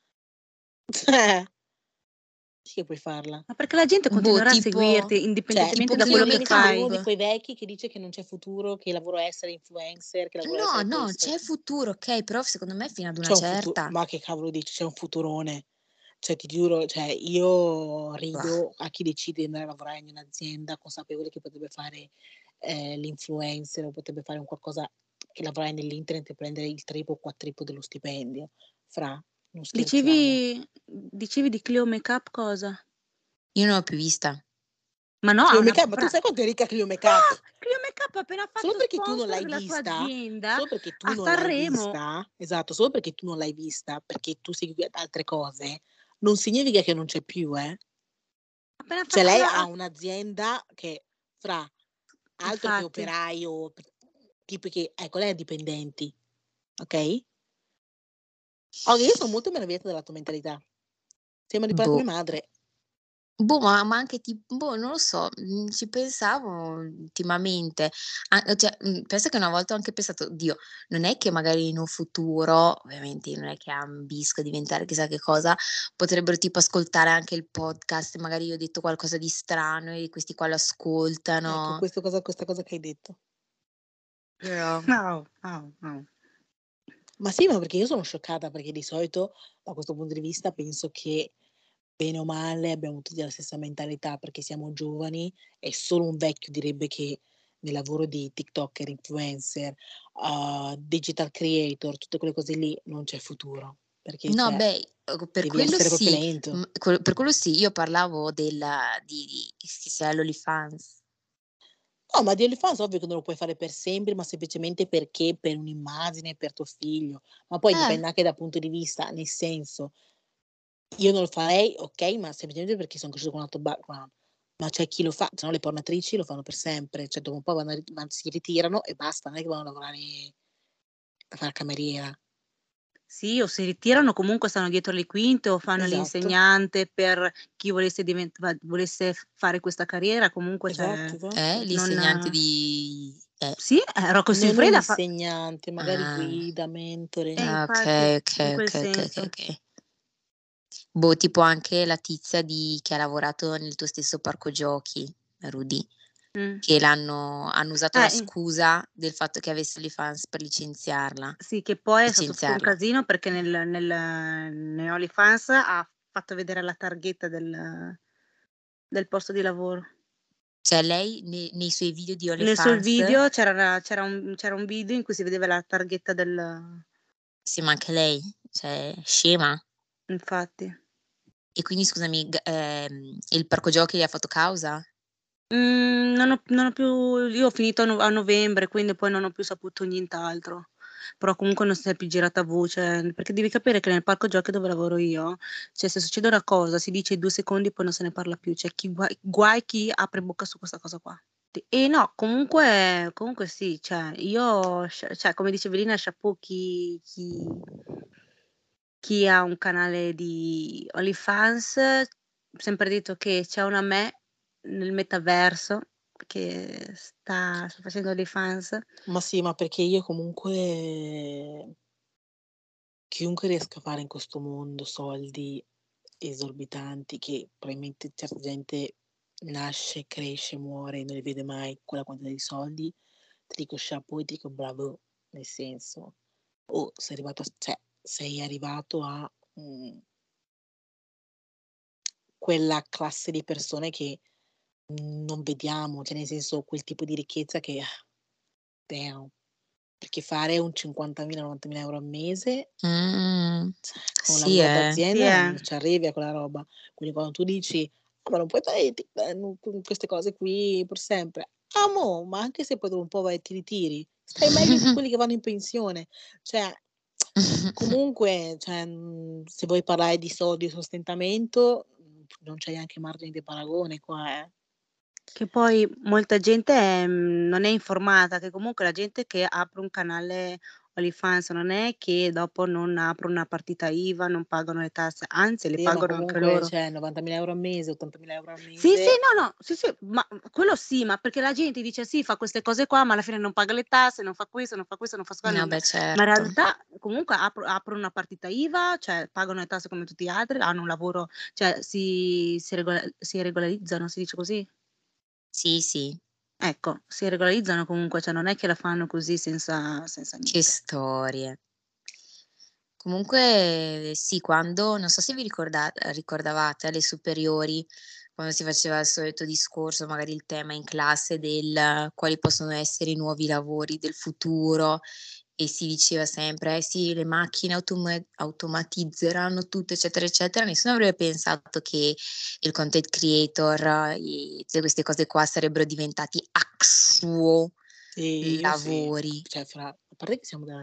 Sì che puoi farla. Ma perché la gente continuerà a seguirti indipendentemente tipo da quello che Cleome sono fai. uno di Cup. quei vecchi che dice che non c'è futuro, che lavoro a essere influencer, che lavoro a essere No, questo. c'è futuro, ok, però secondo me fino ad una C'è un futuro, certa. ma che cavolo dici, c'è un futurone. Ti giuro, io rido a chi decide di andare a lavorare in un'azienda consapevole che potrebbe fare l'influencer o potrebbe fare un qualcosa che lavorare nell'internet e prendere il triplo o quadtriplo dello stipendio. Non scherziamo. Dicevi di Cleo Makeup cosa? Io non l'ho più vista. Ma no, Cleo Makeup, ma tu sai quanto è ricca Cleo Makeup? Cleo Makeup ha appena Solo fatto perché tu non sponsor l'hai della sua vista, azienda solo perché tu a non l'hai Sanremo. vista, esatto, solo perché tu non l'hai vista, perché tu segui altre cose, non significa che non c'è più, eh. Appena Cioè fatto lei ha un'azienda che altro che infatti. operaio, tipo che, ecco, lei ha dipendenti, ok? Io sono molto meravigliata della tua mentalità. Sembra di parlare come madre. Ma anche non lo so, ci pensavo ultimamente. Penso che una volta ho anche pensato: "Oddio, non è che magari in un futuro, ovviamente non è che ambisco a diventare chissà che cosa, potrebbero tipo ascoltare anche il podcast, magari io ho detto qualcosa di strano e questi qua lo Ecco, ascoltano." questa cosa che hai detto. Però No. Ma sì, ma perché io sono scioccata, perché di solito da questo punto di vista penso che bene o male abbiamo tutti la stessa mentalità perché siamo giovani e solo un vecchio direbbe che nel lavoro di TikToker, influencer, digital creator, tutte quelle cose lì non c'è futuro, perché no, per devi quello essere proprio sì, lento. per quello sì, io parlavo di che sia l'OnlyFans. No, ma di OnlyFans ovvio che non lo puoi fare per sempre, ma semplicemente perché per un'immagine, per tuo figlio. Ma poi dipende anche dal punto di vista, nel senso, io non lo farei, okay, ma semplicemente perché son cresciuto con un altro background. Ma c'è chi lo fa, se no le pornatrici lo fanno per sempre, cioè dopo un po' si ritirano e basta, non è che vanno a lavorare a far cameriera. Sì, o si ritirano, comunque stanno dietro le quinte o fanno Esatto, l'insegnante per chi volesse fare questa carriera, comunque esatto. L'insegnante non di sì, Rocco Non Siffredi l'insegnante, magari guida, mentore. infatti, in quel Okay. senso. Tipo anche la tizia che ha lavorato nel tuo stesso parco giochi, Rudy, Mh. che hanno usato la In scusa del fatto che avesse OnlyFans per licenziarla. Sì, che poi è stato tutto un Licenziarla. casino perché nell'OnlyFans ha fatto vedere la targhetta del posto di lavoro. Cioè lei nei suoi video di Nel suo OnlyFans video c'era un video in cui si vedeva la targhetta del sì, ma anche lei, cioè scema. infatti. E quindi scusami, il parco giochi gli ha fatto causa? Non ho più io ho finito a novembre, quindi poi non ho più saputo nient'altro. Però comunque non si è più girata voce, perché devi capire che nel parco giochi dove lavoro io, cioè se succede una cosa si dice 2 secondi e poi non se ne parla più, cioè guai chi apre bocca su questa cosa qua. No, comunque sì, cioè io cioè come dice Evelina, chapeau chi ha un canale di OnlyFans, sempre detto che c'è una me nel metaverso che sta facendo OnlyFans. Ma sì, ma perché io comunque chiunque riesca a fare in questo mondo soldi esorbitanti che probabilmente certa gente nasce, cresce, muore e non li vede mai quella quantità di soldi, ti dico chapeau e ti dico bravo, nel senso, sei arrivato sei arrivato a quella classe di persone che non vediamo, cioè nel senso quel tipo di ricchezza che damn, perché fare un 50.000, 90.000 euro al mese, cioè, con un Sì, lavoro Sì, d'azienda non ci arrivi a quella roba. Quindi quando tu dici: "Ah, ma non puoi fare queste cose qui per sempre". Ma anche se poi dopo un po' vai e ti ritiri, stai meglio di quelli che vanno in pensione. Cioè, comunque, cioè, se vuoi parlare di soldi e sostentamento, non c'è neanche margine di paragone qua, eh. che poi molta gente non è informata, che comunque la gente che apre un canale OnlyFans non è che dopo non apre una partita IVA, non pagano le tasse, anzi le Sì, ma pagano anche comunque, loro. cioè 90.000 euro al mese, 80.000 euro al Sì, sì, mese. no, no, sì, ma quello sì, ma perché la gente dice: "Sì, fa queste cose qua, ma alla fine non paga le tasse, non fa questo, non fa questo, non fa quello, No, non" beh, ma in certo. realtà comunque aprono una partita IVA, cioè pagano le tasse come tutti gli altri, hanno un lavoro, cioè si regolarizzano, si dice così? Sì, sì. Ecco, si regolarizzano comunque, cioè non è che la fanno così senza Che niente. storie. Comunque sì, quando non so se vi ricordavate alle superiori, quando si faceva il solito discorso, magari il tema in classe del quali possono essere i nuovi lavori del futuro e si diceva sempre: "Eh sì, le macchine automatizzeranno tutto, eccetera, eccetera." Nessuno avrebbe pensato che il content creator e tutte queste cose qua sarebbero diventati actual Sì, io sì. lavori. Cioè a parte che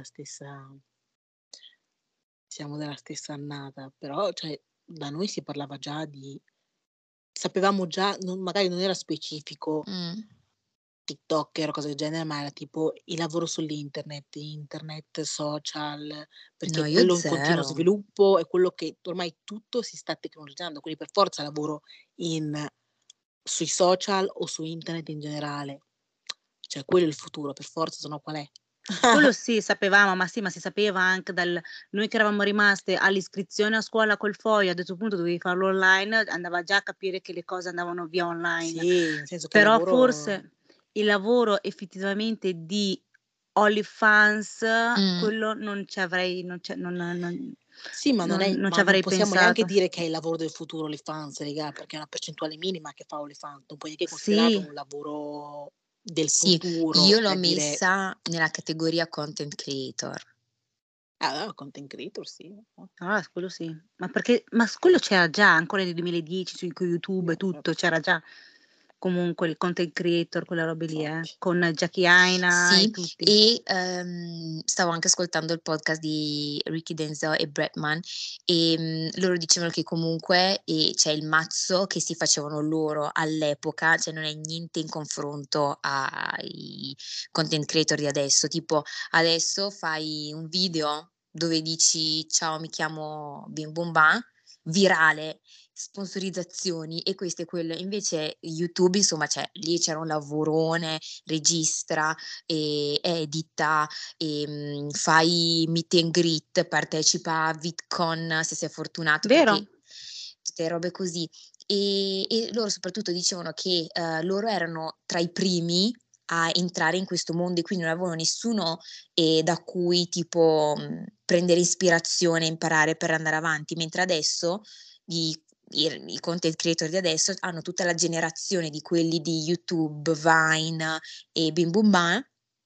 siamo della stessa annata, però cioè da noi si parlava già sapevamo già, magari non era specifico Mh. TikToker o cose del genere, ma era tipo il lavoro internet, social, No, perché io quello in continuo 0. sviluppo è quello che ormai tutto si sta tecnologizzando, quindi per forza lavoro in sui social o su internet in generale. Cioè quello è il futuro per forza, se no qual è? Quello sì, sapevamo, ma sì, ma si sapeva anche noi che eravamo rimaste all'iscrizione a scuola col foglio, a un certo punto dovevi farlo online, andava già a capire che le cose andavano via online. Sì, nel senso che il Però lavoro forse il lavoro effettivamente di OnlyFans, Mh. quello non ci avrei sì, ma non ci non avrei possiamo neanche pensato. dire che è il lavoro del futuro OnlyFans, raga, perché è una percentuale minima che fa OnlyFans, non puoi neanche considerarlo Sì, un lavoro del Sì, futuro, io l'ho cioè dire messa nella categoria content creator. content creator sì, quello sì. Quello c'era già ancora nel 2010 con YouTube e tutto, infatti, c'era già comunque il content creator, quelle robe lì, infatti. con Jackie Aina e Sì, tutti. e, stavo anche ascoltando il podcast di Ricky Denzel e Bretman, loro dicevano che comunque, c'è il mazzo che si facevano loro all'epoca, cioè non è niente in confronto ai content creator di adesso. Tipo, adesso fai un video dove dici: "Ciao, mi chiamo Bim Bum Bam", virale, sponsorizzazioni e questo e quello. Invece YouTube, insomma, cioè lì c'era un lavorone, registra, edita, fai meet and greet, partecipa a VidCon se sei fortunato, Vero? perché tutte robe così. E loro soprattutto dicevano che, loro erano tra i primi a entrare in questo mondo e quindi non avevano nessuno, da cui tipo, prendere ispirazione, imparare per andare avanti, mentre adesso i i content creator di adesso hanno tutta la generazione di quelli di YouTube, Vine e Bim Bum Bam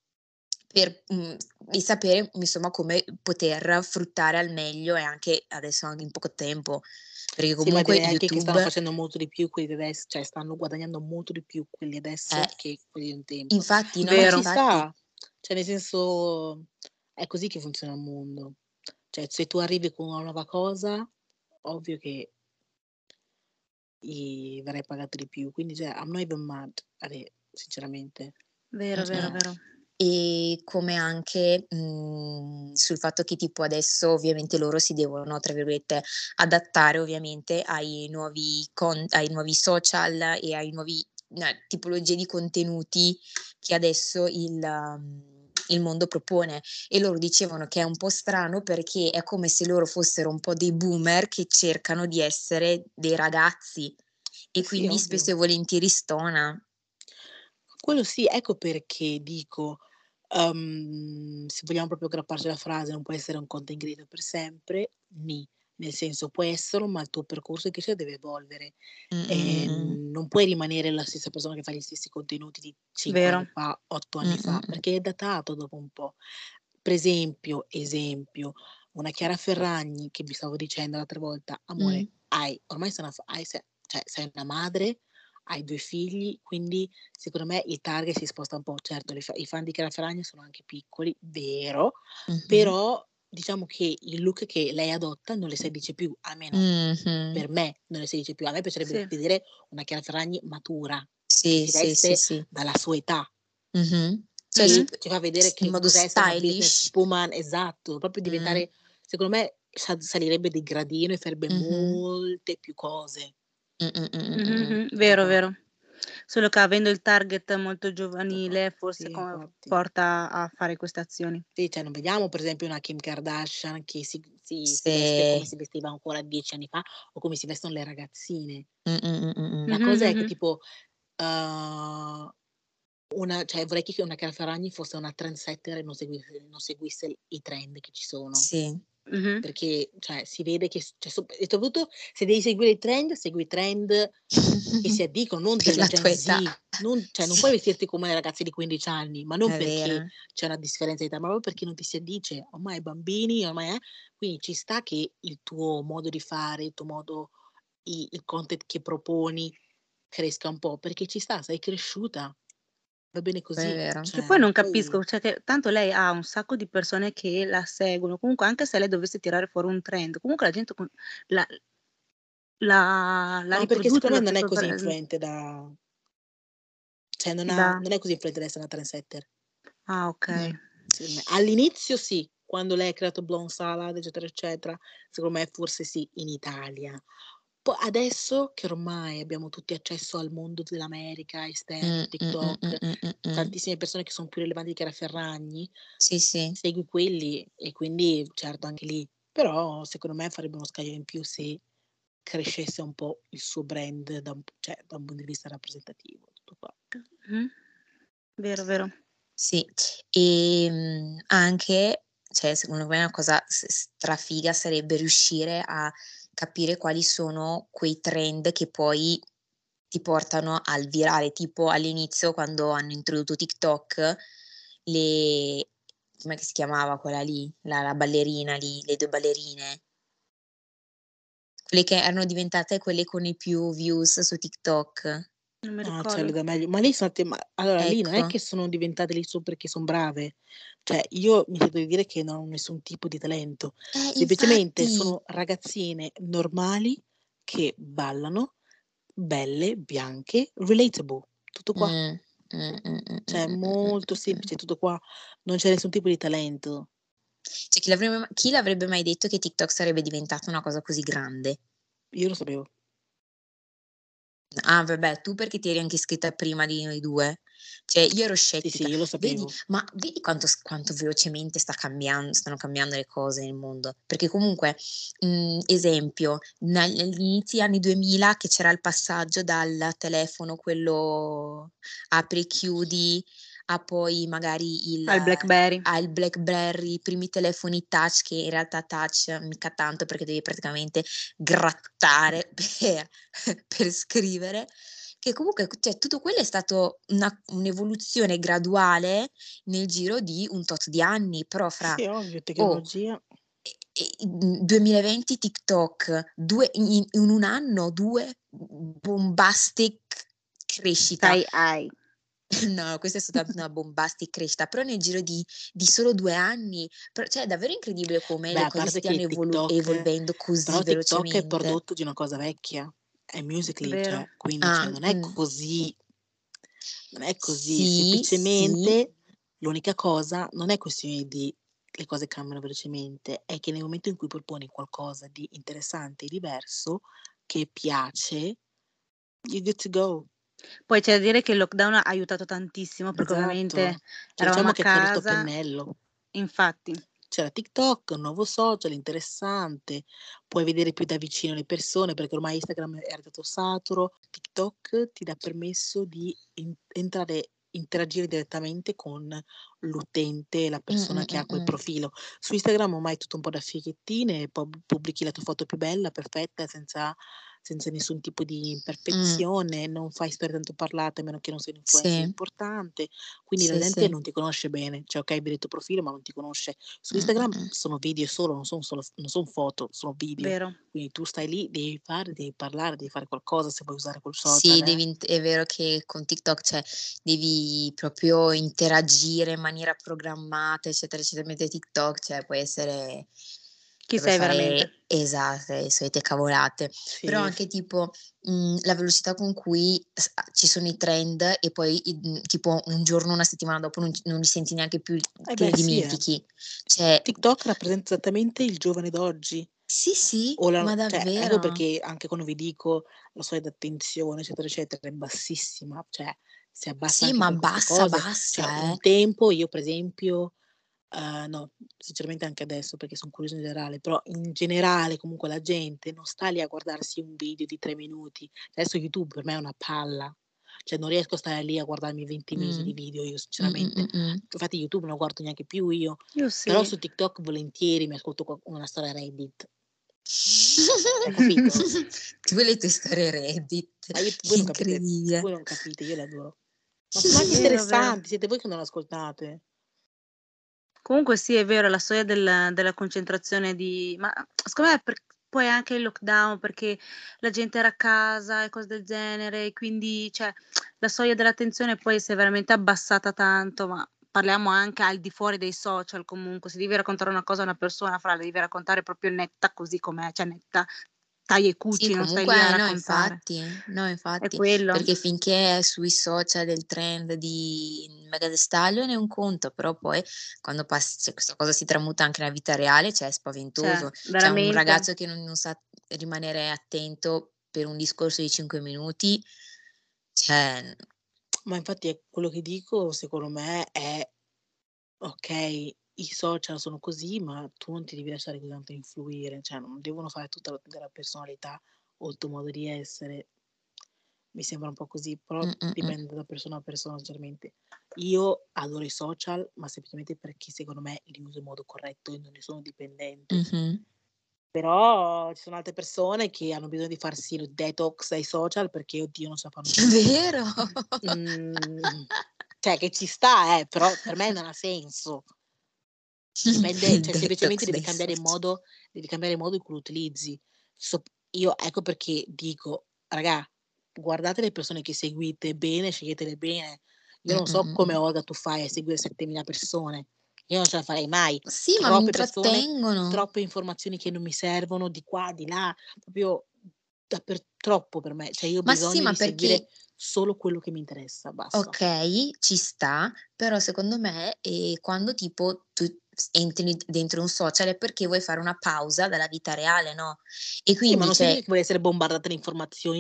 di sapere insomma come poter fruttare al meglio e anche adesso anche in poco tempo, perché Sì, ma comunque direi anche che stanno YouTube facendo molto di più quelli di cioè stanno guadagnando molto di più quelli eh, adesso che quelli di un tempo. infatti, no, ma Ma ci Vero. infatti sta, cioè nel senso è così che funziona il mondo. Cioè se tu arrivi con una nuova cosa, ovvio che verrai pagato di più. Quindi cioè I'm not even mad at it, sinceramente. Vero, vero, mh-mh. vero. E come anche, sul fatto che tipo adesso ovviamente loro si devono, tra virgolette, "adattare" ovviamente ai nuovi social e ai nuovi tipologie di contenuti che adesso il mondo propone. E loro dicevano che è un po' strano perché è come se loro fossero un po' dei boomer che cercano di essere dei ragazzi e Sì, quindi spesso ovvio. e volentieri stona. Quello sì, ecco perché dico, Se vogliamo proprio aggrapparci alla frase, non può essere un content creator per sempre, nì. Nel senso può esserlo, ma il tuo percorso di crescita deve evolvere. Non puoi rimanere la stessa persona che fa gli stessi contenuti di 5 anni Vero. fa, 8 anni fa, perché è datato dopo un po'. Per esempio, una Chiara Ferragni che vi stavo dicendo l'altra volta, amore, ormai sei una madre, hai 2 figli, quindi secondo me il target si sposta un po'. Certo, i fan di Chiara Ferragni sono anche piccoli, vero, però diciamo che il look che lei adotta non le si addice più, almeno per me non le si addice più. A me piacerebbe Sì. vedere una Chiara Ferragni matura, Sì, che si sì, sì, veste sì. dalla sua età. Cioè, E ti fa vedere in che modo cos'è essere una stylish. businesswoman, esatto, proprio diventare, secondo me salirebbe di gradino e farebbe molte più cose. Vero, qua. vero. Solo che avendo il target molto giovanile, forse Sì, infatti. porta a fare queste azioni. Sì, cioè non vediamo per esempio una Kim Kardashian che si veste come Sì. si vestiva ancora 10 anni fa o come si vestono le ragazzine. Mm. La cosa è che tipo vorrei che una Chiara Ferragni fosse una trendsetter e non seguisse i trend che ci sono. Sì. Perché cioè, si vede che e soprattutto se devi seguire i trend, segui i trend che si addicono, non Per della la Gen tua Z. età. Non Sì. puoi vestirti come le ragazze di 15 anni, ma non È perché vero. c'è una differenza di età, ma proprio perché non ti si addice. Ormai bambini, quindi ci sta che il tuo modo di fare, il tuo modo, il content che proponi cresca un po', perché ci sta, sei cresciuta. Va bene È così. vero. Che poi non capisco, Poi cioè che tanto lei ha un sacco di persone che la seguono, comunque anche se lei dovesse tirare fuori un trend, comunque la gente la ma perché riproduce secondo lo me non è stesso così influente cioè non è così influente da essere una trendsetter. Ah, ok. Secondo me. All'inizio sì, quando lei ha creato Blonde Salad, eccetera, eccetera, secondo me forse sì, in Italia. Poi adesso che ormai abbiamo tutti accesso al mondo dell'America esterno, TikTok, tantissime persone che sono più rilevanti di Chiara Ferragni, Sì, sì. segui quelli e quindi certo anche lì. Però secondo me farebbe uno scaglio in più se crescesse un po' il suo brand da un punto di vista rappresentativo. Tutto qua. Vero, vero. Sì, anche, cioè secondo me una cosa strafiga sarebbe riuscire a capire quali sono quei trend che poi ti portano al virale, tipo all'inizio quando hanno introdotto TikTok, com'è che si chiamava quella lì? La ballerina lì, le 2 ballerine? Quelle che erano diventate quelle con i più views su TikTok. Non mi Ah, ricordo. da meglio. Ma lì allora lì non è Ecco. che sono diventate lì solo perché son brave. Cioè, io mi sento di dire che non hanno nessun tipo di talento. Semplicemente Infatti. sono ragazzine normali che ballano, belle, bianche, relatable. Tutto qua. Cioè, è molto semplice, tutto qua. Non c'è nessun tipo di talento. Cioè chi l'avrebbe mai detto che TikTok sarebbe diventata una cosa così grande? Io lo sapevo. Ah vabbè, tu perché ti eri anche iscritta prima di noi 2. Cioè io ero Sì, scettica. io lo Vedi sapevo. vedi quanto velocemente stanno cambiando le cose nel mondo. Perché comunque, esempio, negli inizi anni 2000 che c'era il passaggio dal telefono quello apri e chiudi, a poi magari Al BlackBerry. al BlackBerry, i primi telefoni touch, che in realtà touch mica tanto perché devi praticamente grattare per scrivere, che comunque cioè tutto quello è stato un'evoluzione graduale nel giro di un tot di anni, però fra Sì, ovvio, oh, tecnologia. 2020 TikTok, 2 in un anno 2 bombastic crescita. Ai. No, questa è soltanto una bombastic crescita, però nel giro di solo 2 anni, cioè è davvero incredibile come Beh, le a cose parte che stiano evolvendo così però TikTok è velocemente. prodotto di una cosa vecchia, è Musical.ly, Vero. cioè, quindi cioè, non è così, Sì, sì. semplicemente l'unica cosa non è questione di le cose cambiano velocemente, è che nel momento in cui proponi qualcosa di interessante e diverso, che piace, you're good to go. Poi c'è da dire che il lockdown ha aiutato tantissimo perché ovviamente Esatto. Cioè, eravamo diciamo a che è caduto a casa, pennello. infatti. C'era TikTok, un nuovo social interessante, puoi vedere più da vicino le persone perché ormai Instagram è arrivato saturo. TikTok ti dà permesso di entrare interagire direttamente con l'utente, la persona che ha quel Mm. profilo. Su Instagram ormai è tutto un po' da fighettine, pubblichi la tua foto più bella, perfetta, senza nessun tipo di Mm. imperfezione, non fai storie tanto parlate a meno che non sei un influencer Sì, importante, quindi la sì, gente sì. non ti conosce bene, cioè ok, vedi il tuo profilo ma non ti conosce. Su Mm, Instagram mm, mm. sono video solo, non sono foto, sono video. Vero. Quindi tu stai lì, devi parlare, devi fare qualcosa se vuoi usare quel Sì, social. è vero che con TikTok, cioè, devi proprio interagire in maniera programmata, eccetera, eccetera, mentre TikTok, cioè, può essere Chi cioè, puoi sei veramente? fare esatto, le solite cavolate. Però Sì, anche tipo, la velocità con cui ci sono i trend e poi tipo un giorno, una settimana dopo non li senti neanche più, te beh li sì, dimentichi. Cioè, TikTok rappresenta esattamente il giovane d'oggi. sì, O ma cioè, ecco davvero. perché anche quando vi dico la soglia d'attenzione, eccetera, eccetera, è bassissima, cioè si abbassa Sì, anche ma per queste bassa, cose. Cioè, bassa, un tempo io per esempio, no, sinceramente anche adesso perché son curiosa in generale, però in generale comunque la gente non sta lì a guardarsi un video di 3 minuti. Adesso YouTube per me è una palla, cioè non riesco a stare lì a guardarmi 20 minuti di video io sinceramente. Mh. Infatti YouTube non lo guardo neanche più io, Io però sì. su TikTok volentieri mi ascolto una storia Reddit. Hai capito? Tu e le tue storie Reddit, Ma voi non capite, incredibile. voi non capite, io le adoro. Ma sono anche Vero, vero. interessanti, siete voi che non ascoltate. Comunque sì, è vero, la storia della concentrazione ma secondo me poi anche il lockdown, perché la gente era a casa e cose del genere, e quindi cioè, la soglia dell'attenzione poi si è veramente abbassata tanto, ma parliamo anche al di fuori dei social comunque. Se devi raccontare una cosa a una persona, la devi raccontare proprio netta così com'è, cioè netta, taglia e Sì, cuci, non stai lì a comunque raccontare. no È infatti, quello. perché finché è sui social il trend di Megan Thee Stallion è un conto, però poi quando passi cioè questa cosa si tramuta anche nella vita reale, cioè è Cioè, spaventoso. Cioè un veramente. ragazzo che non sa rimanere attento per un discorso di 5 minuti, cioè Ma infatti è quello che dico, secondo me è: okay, i social sono così, ma tu non ti devi lasciare così tanto influire, cioè non devono fare tutta la della personalità o il tuo modo di essere. Mi sembra un po' così, però mh. dipende da persona a persona sinceramente. Io adoro i social, ma semplicemente perché secondo me li uso in modo corretto e non ne sono dipendente. Mh-mh. Però ci sono altre persone che hanno bisogno di farsi il detox dai social perché, oddio, non ce la fanno più. Vero? Cioè che ci sta però per me non ha senso. Dipende, Il cioè semplicemente detox dai social. devi cambiare il modo in cui lo utilizzi. Io ecco perché dico: "Raga, guardate le persone che seguite bene, sceglietele bene". Io non so come Mh. Olga tu fai a seguire 7000 persone. Io non ce la farei mai. Sì, ma mi Troppe persone, intrattengono. troppe informazioni che non mi servono di qua, di là, proprio troppo per me. Cioè io ho Ma sì, bisogno ma di seguire perché solo quello che mi interessa, basta. okay, ci sta, però secondo me, quando tipo tu entri dentro un social è perché vuoi fare una pausa dalla vita reale, no, e Sì, ma quindi non cioè significa che vuoi essere bombardata di informazioni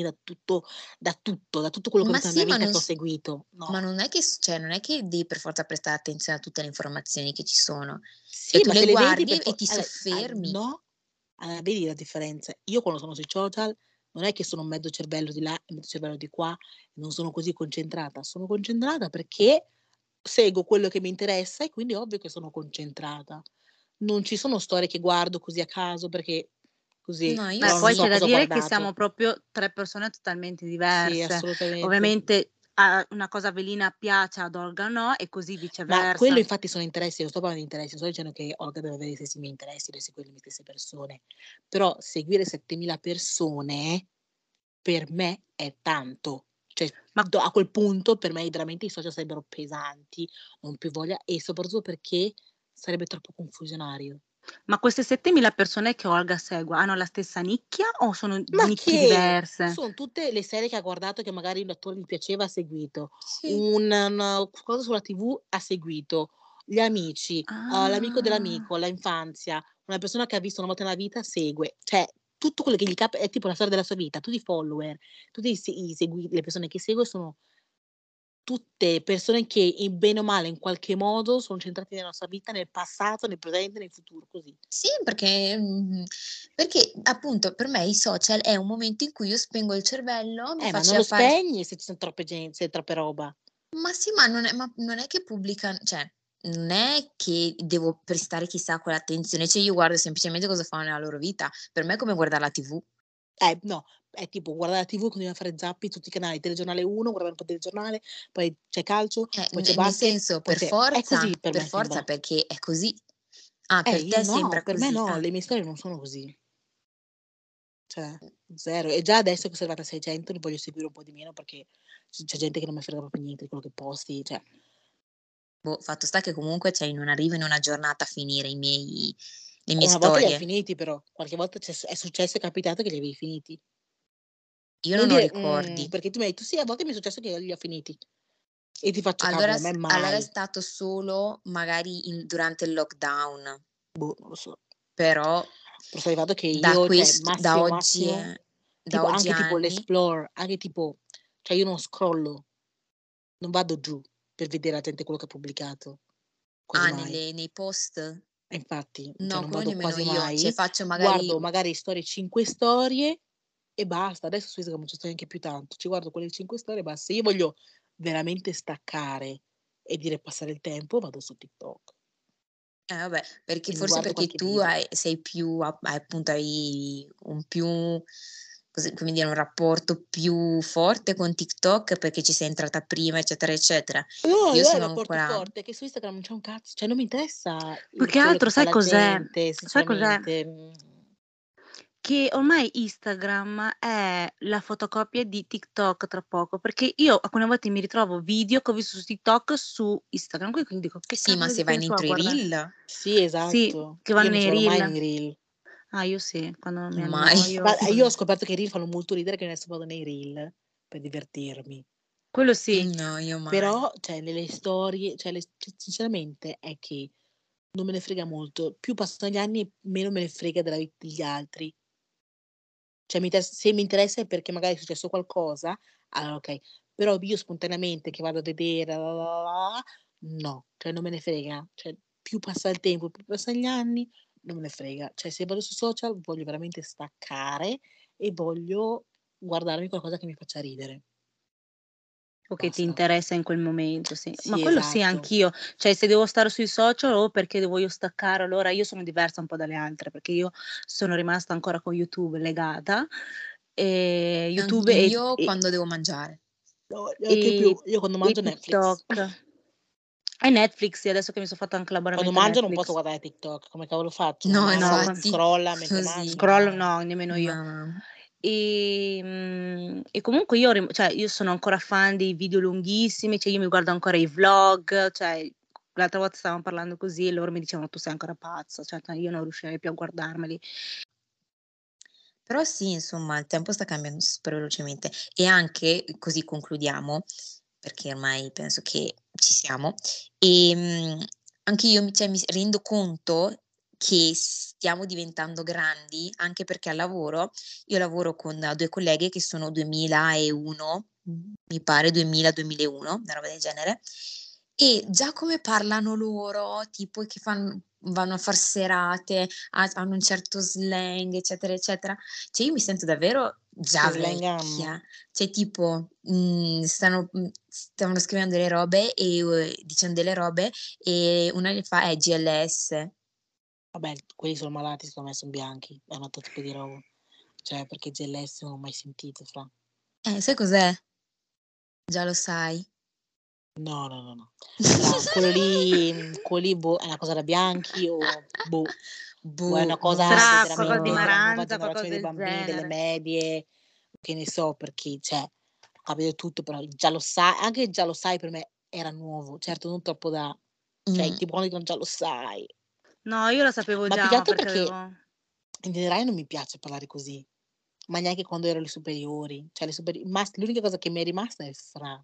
da tutto quello che ho ma visto nella sì, mia vita che ho seguito. ma No. non è che cioè non è che devi per forza prestare attenzione a tutte le informazioni che ci sono. Cioè Sì, tu ma le se le vedi guardi per e for ti soffermi. no, vedi la differenza. Io quando sono sui social non è che sono mezzo cervello di là e mezzo cervello di qua, non sono così concentrata. Sono concentrata perché seguo quello che mi interessa e quindi è ovvio che sono concentrata. Non ci sono storie che guardo così a caso perché così, No, io Beh, però non poi c'è so sì. da cosa ho dire che guardato. siamo proprio 3 persone totalmente Sì, diverse. assolutamente. Ovviamente a una cosa velina piace, ad Olga no, e così Ma quello viceversa. infatti sono interessi, non sto parlando di interessi, non sto dicendo che Olga deve avere gli stessi miei interessi, deve seguire le mie stesse persone, però seguire 7000 persone per me è tanto. Cioè, Ma a quel punto per me veramente i social sarebbero pesanti, non ho più voglia e soprattutto perché sarebbe troppo confusionario. ma queste 7000 persone che Olga segue hanno la stessa nicchia o sono Ma nicchie che? diverse? Son tutte le serie che ha guardato che magari l'attore gli piaceva, ha seguito. Sì. Un cosa sulla TV, ha seguito. Gli amici, l'amico Ah. dell'amico, la infanzia, una persona che ha visto una volta nella vita segue. Cioè, tutto quello che gli è tipo la storia della sua vita, tutti i follower, tutti i segui le persone che segue sono tutte persone che in bene o male, in qualche modo, sono centrati nella sua vita, nel passato, nel presente, nel futuro, così. Sì, perché appunto per me i social è un momento in cui io spengo il cervello, mi Ma faccio non lo affari spegni se ci son troppe roba. Ma sì, ma non è che pubblican cioè, non è che devo prestare chissà quale attenzione, cioè io guardo semplicemente cosa fanno nella loro vita. Per me è come guardar la TV. No, è tipo guardare la TV, continui a fare zappi tutti i canali, telegiornale 1, guardare un po' telegiornale, poi c'è calcio, poi c'è Nel basket, senso poi c'è è così per per me forza sembra. perché è così. Ah, per Io te no, sembra per me così? no, Ah. le mie storie non sono così. Cioè, 0. E già adesso che sono arrivata a 600 ne voglio seguire un po' di meno perché c'è gente che non me frega proprio niente di quello che posti, cioè Boh, fatto sta che comunque, cioè, non arrivo in una giornata a finire le mie una volta li hai storie. finiti però, qualche volta è successo, è capitato che li avevi finiti. Io Non non ho dire: ricordi. perché tu mi hai detto: "Sì, a volte mi è successo che li ho finiti." E ti faccio: Allora "Cavolo, a me allora è mai." stato solo magari durante il lockdown, Boh, non lo so. però Però sto arrivato che io, cioè da massimo, oggi massimo, da tipo oggi anche tipo anni l'Explore, anche tipo cioè io non scrollo, non vado giù per vedere la gente quello che ha pubblicato, quasi mai. nei post? E infatti, cioè No, non quello vado nemmeno quasi io, cioè mai. faccio magari Guardo magari storie 5 storie e basta. Adesso su Instagram non ci sto neanche più tanto. Ci guardo quelle 5 storie e basta. Se io voglio veramente staccare e dire passare il tempo, vado su TikTok vabbè, perché e mi forse guardo perché qualche tu video. sei più hai appunto hai un più così come dire, un rapporto più forte con TikTok perché ci sei entrata prima, eccetera, eccetera. No, Io non è il sono rapporto ancora forte, è che su Instagram non c'è un cazzo, cioè non mi interessa Più che quello che altro fa sai la cos'è? gente, Sai cos'è? sinceramente. Che ormai Instagram è la fotocopia di TikTok tra poco, perché io alcune volte mi ritrovo video che ho visto su TikTok su Instagram, quindi dico: "Che sì, ma cavolo di se vai senso ha dentro i guardare?" reel? Sì, Sì, esatto. che Io vanno non ci nei vado mai reel. nei reel. Ah, io sì, quando mi Mai. annoio, Ma io ho scoperto che i reel fanno molto ridere, che adesso vado nei reel per divertirmi. quello sì. No, io mai. Però, cioè nelle storie, cioè sinceramente è che non me ne frega molto. Più passano gli anni, meno me ne frega della vita degli altri. Cioè se mi interessa è perché magari è successo qualcosa, allora okay. Però io spontaneamente che vado a vedere no, cioè non me ne frega. Cioè più passa il tempo, più passano gli anni, non me ne frega. Cioè se vado sui social voglio veramente staccare e voglio guardarmi qualcosa che mi faccia ridere. O che ti Basta. interessa in quel momento, sì. Ma Sì, quello sì esatto. anch'io. Cioè se devo stare sui social o perché devo io staccare, allora io sono diversa un po' dalle altre, perché io sono rimasta ancora con YouTube legata, YouTube Io quando devo mangiare. No, neanche più. Io quando e mangio Netflix. TikTok. E Netflix, sì, adesso che mi son fatta anche Quando l'abbonamento mangio non posso Netflix. guardare TikTok, come cavolo faccio? Una No, No, mano quan infatti, scrolla mentre così. mangia? scroll No. no, nemmeno io. No, no. E comunque io cioè io sono ancora fan dei video lunghissimi, cioè io mi guardo ancora i vlog, cioè l'altra volta stavamo parlando così e loro mi dicevano: "Tu sei ancora pazza", cioè io non riuscirei più a guardarmeli. Però sì, insomma, il tempo sta cambiando super velocemente e anche, così concludiamo, perché ormai penso che ci siamo, anche io mi rendo conto che stiamo diventando grandi, anche perché al lavoro io lavoro con 2 colleghe che sono 2001, mi pare 2000, 2001, una roba del genere, e già come parlano loro, tipo che vanno a far serate, hanno un certo slang, eccetera, eccetera, cioè io mi sento davvero già Che slang hanno? vecchia, cioè tipo, stavano scrivendo delle robe e dicendo delle robe e una le fa: GLS". Vabbè, quelli sono malati, secondo me son bianchi, è un altro tipo di roba. Cioè, perché GLS non l'ho mai sentito fra. Sai cos'è? Già lo sai. No, no, no, no. Fra quello lì boh, è una cosa da bianchi o boh, o è Boh, una non lo cosa Sarà qualcosa di veramente so. della nuova Maranza, qualcosa generazione dei del bambini, delle genere. medie, che ne so, perché cioè, ho capito tutto, però il già lo sai anche il già lo sai per me era nuovo, certo non troppo da cioè Mh. tipo quando dicono: "Già lo sai". No, io lo sapevo Ma più già, che ma altro perché perché avevo in generale non mi piace parlare così, ma neanche quando ero alle superiori. Cioè l'unica cosa che mi è rimasta è fra,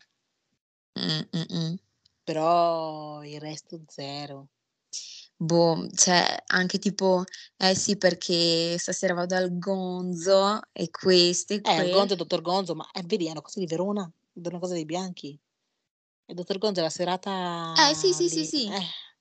Mh. però il resto 0. Boh, cioè anche tipo: "Eh sì, perché stasera vado al Gonzo e questo e Il Gonzo que". e Dottor Gonzo, ma vedi è una cosa di Verona, è una cosa dei bianchi. Il Dottor Gonzo è la Sì, serata sì, sì, lì sì.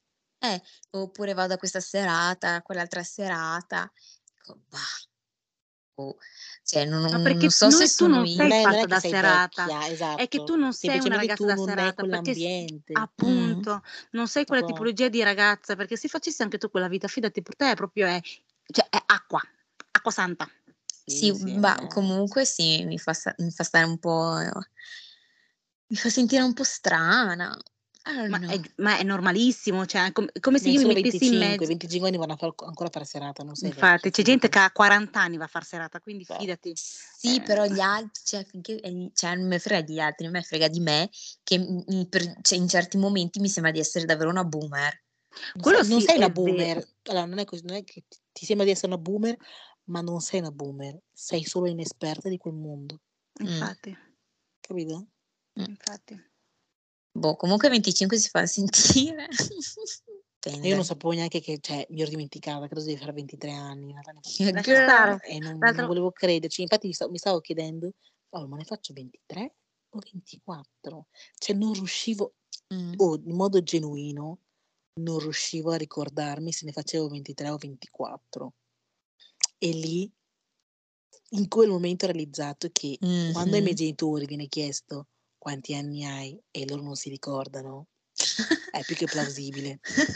Oppure vado a questa serata, quell'altra serata. Dico: "Bah, boh". Cioè, Ma non perché so se tu sono non io. sei Non fatta è che da sei serata, vecchia, è che esatto. tu non sei una Semplicemente ragazza tu da non è serata, perché quell'ambiente. appunto, non sei quella Qua. tipologia di ragazza, perché se facessi anche tu quella vita, fidati, per te è proprio cioè è acqua santa. Sì, Sì, ma no. comunque sì, mi fa stare un po', mi fa sentire un po' strana. I don't know. Ma è normalissimo, cioè è come se Ma è io mi solo mettessi in 25, mezzo. 25 anni vanno ancora a fare serata, non sei Infatti, vecchia, c'è gente fidati. che ha 40 anni va a far serata, quindi Beh, fidati. Sì, però gli altri, cioè finché cioè non me frega degli altri, non me frega di me, che cioè in certi momenti mi sembra di essere davvero una boomer. Quello non sì, sei una è boomer. Allora, non è così, non è che ti sembra di essere una boomer, ma non sei una boomer, sei solo inesperta di quel mondo, infatti, capito? infatti. Boh, comunque 25 si fa sentire. E io Dipende. non sapevo neanche che, cioè, mi ero dimenticata, credo devi fare 23 anni, Natale. Lascia stare. E non L'altro volevo crederci, infatti mi stavo chiedendo, oh, ma ne faccio 23 o 24? Cioè non riuscivo, in modo genuino, non riuscivo a ricordarmi se ne facevo 23 o 24. E lì, in quel momento ho realizzato che quando ai miei genitori viene chiesto quanti anni hai e loro non si ricordano, è più che plausibile.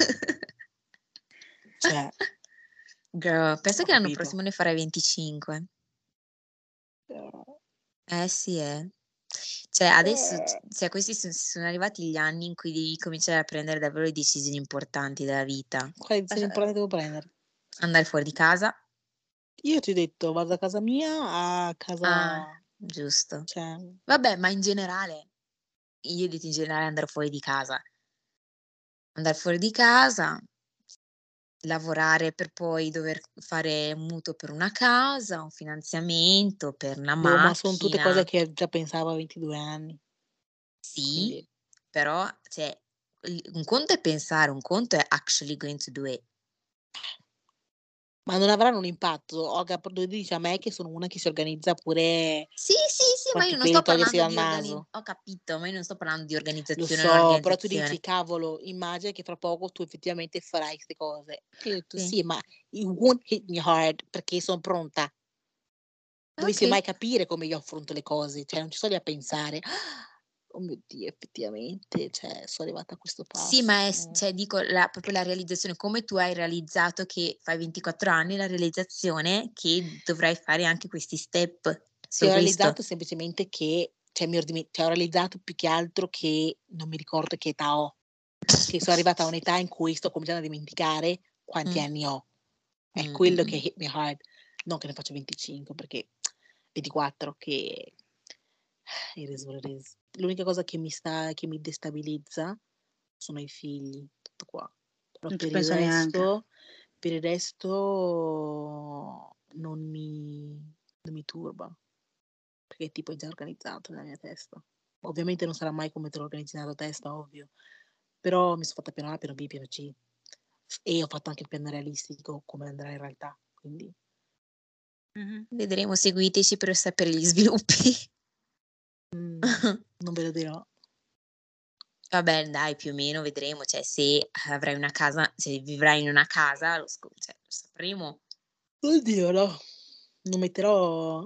Cioè, Girl, penso ho che l'anno capito. prossimo ne farai 25. Sì, Cioè adesso, cioè questi sono arrivati gli anni in cui devi cominciare a prendere davvero le decisioni importanti della vita. Quale decisione importante devo prendere? Andare fuori di casa. Io ti ho detto, vado da casa mia a Ah, casa, giusto. cioè, Vabbè, ma in generale, io ho detto in generale andare fuori di casa. Andare fuori di casa, lavorare per poi dover fare un mutuo per una casa, un finanziamento per una ma sono tutte cose macchina. che già pensavo a 22 anni. Sì, Quindi, però, cioè, un conto è pensare, un conto è actually going to do it. ma non avranno un impatto. Lo dici a me che sono una che si organizza pure Sì, ma io quanti non peli sto togliersi parlando dal di naso. ho capito, ma io non sto parlando di Lo organizzazione o non so, però tu dici, organizzazione. cavolo, immagina che fra poco tu effettivamente farai 'ste cose. E io ho detto: Sì. "Sì, ma it won't hit me hard perché son pronta." Dovessi mai capire come io affronto le cose, cioè non ci sto lì a pensare: "Oh mio Dio, effettivamente, cioè sono arrivata a questo Sì, passo." ma è cioè dico proprio la realizzazione, come tu hai realizzato che fai 24 anni, la realizzazione che dovrai fare anche questi step, Sì, ho solo questo. realizzato semplicemente che cioè ho realizzato più che altro che non mi ricordo che età ho, che sono arrivata a un'età in cui sto cominciando a dimenticare quanti anni ho. È quello che hit me hard, non che ne faccio 25 perché 24 che it is what it is. L'unica cosa che mi destabilizza sono i figli, tutto qua. Però Non ci penso neanche. per il resto non mi turba, perché tipo è già organizzato nella mia testa. Ovviamente non sarà mai come te lo organizzi nella tua testa, ovvio, però mi son fatta piano A, piano B, piano C e ho fatto anche il piano realistico come andrà in realtà, quindi Vedremo, seguiteci per sapere gli sviluppi. non ve lo dirò. Vabbè dai, più o meno vedremo, cioè se avrai una casa, se vivrai in una casa cioè lo sapremo. Oddio no, non metterò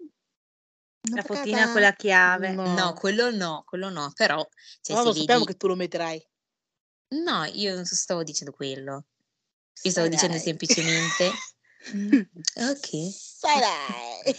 La una fotina con casa la chiave. No, quello no, però cioè no, se lo sappiamo vedi che tu lo metterai. no, io non stavo dicendo quello. Io stavo Sai dicendo dai. semplicemente okay, Sai dai.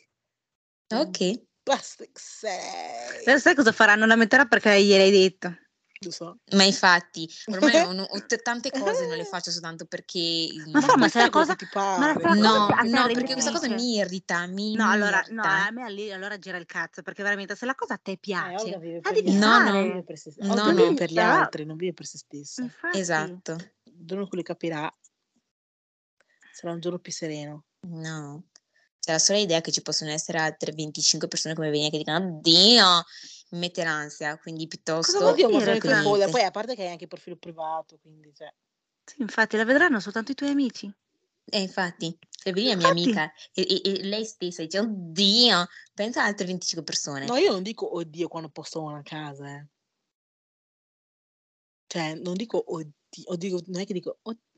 okay. Plastic sei. Adesso sai cosa faranno? La metterà perché gliel'hai detto. Lo so. Ma infatti, ormai tante cose non le faccio soltanto perché, Ma Ma ma puoi se la fare quello che cosa ti ma se la pare. cosa no, a te perché questa cosa arricchisce mi irrita, no, mi allora no, irrita. a me lì allora gira il cazzo, perché veramente se la cosa a te Olga piace, vive la per gli devi altri, No, non no, vive fare. per se stessa. no, Olga Non vive no, devi per gli allora altri, non vive per se stessa. infatti. esatto. Il giorno che lui capirà sarà un giorno più sereno. No. C'è la sola idea che ci possono essere altre 25 persone come Venia che dicono: "Oddio, mi mette l'ansia", quindi Cosa vuol piuttosto Oddio, ma sono dire i proprio tuoi fra follower, niente. poi a parte che hai anche il profilo privato, quindi cioè sì, infatti la vedranno soltanto i tuoi amici. Infatti, se vedi la mia Infatti. amica e lei stessa dice: "Oddio", pensa a altre 25 persone. no, io non dico oddio quando posto una casa, Cioè, non dico oddio, non è che dico: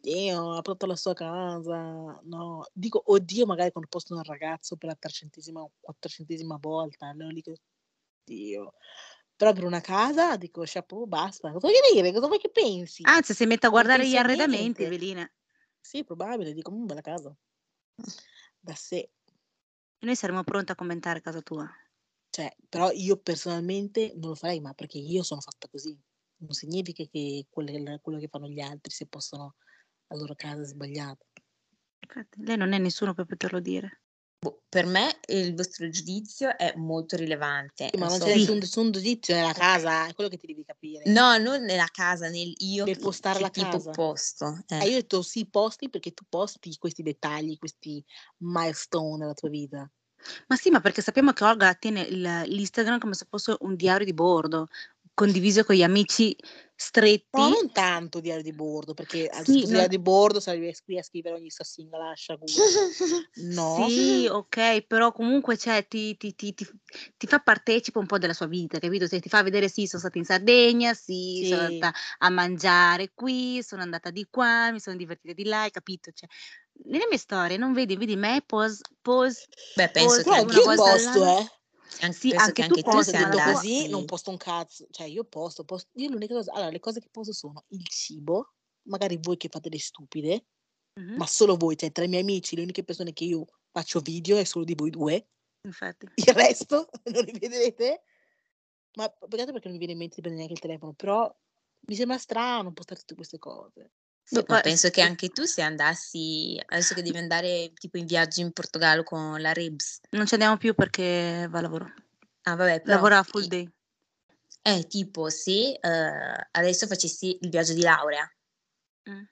Dio, ha portato la sua casa. No, dico oddio magari quando postano un ragazzo per la 300ª o 400ª volta, allora dico Dio. Però per una casa dico chapeau, basta. Cosa vuoi dire? Cosa vuoi che pensi? Anzi, si mette a Non guardare pensi gli a arredamenti, niente. Evelina. Sì, probabile, dico, bella casa. Da sé. E noi saremo pronti a commentare casa tua. Cioè, però io personalmente non lo farei, ma perché io sono fatta così. Non significa che quello che fanno gli altri, se possono la loro casa è sbagliata. Infatti, lei non è nessuno per poterlo dire. Per me il vostro giudizio è molto rilevante. Sì, ma non so c'è Sì. nessun giudizio nella casa, è quello che ti devi capire. No, non nella casa, io Nel postare che la tipo casa. posto. E io ho detto sì, posti perché tu posti questi dettagli, questi milestone nella tua vita. Ma sì, ma perché sappiamo che Olga tiene l'Instagram come se fosse un diario di bordo, condiviso con gli amici No, stretti. non tanto diario di bordo, perché se Sì, fosse diario di bordo sarebbe qui a scrivere ogni sassinga sciagura. No. sì, ok, però comunque cioè, ti fa partecipe un po' della sua vita, capito? Se ti fa vedere sì, sono stata in Sardegna, sì, sono Sì. andata a mangiare qui, sono andata di qua, mi sono divertita di là, hai capito? Cioè, nelle mie storie non vedi me pose Beh, penso che tipo Guarda, una io volta posto, all'anno. eh. Sì, penso che anche tu anche tu Adesso posti, se ma la detto tua così non andassi posto un cazzo, cioè io posto, io l'unica cosa, allora le cose che posto sono il cibo, magari voi che fate le stupide, Mhm, ma solo voi, cioè tra i miei amici, le uniche persone che io faccio video è solo di voi due, infatti. il resto non li vedrete, ma peccato perché non mi viene in mente di prendere neanche il telefono, però mi sembra strano postare tutte queste cose. Sì, ma poi penso che anche tu se andassi, adesso che devi andare tipo in viaggio in Portogallo con la Rebs. non ci andiamo più perché va a lavoro. Ah, vabbè, però Lavora full day. tipo se adesso facessi il viaggio di laurea Mm.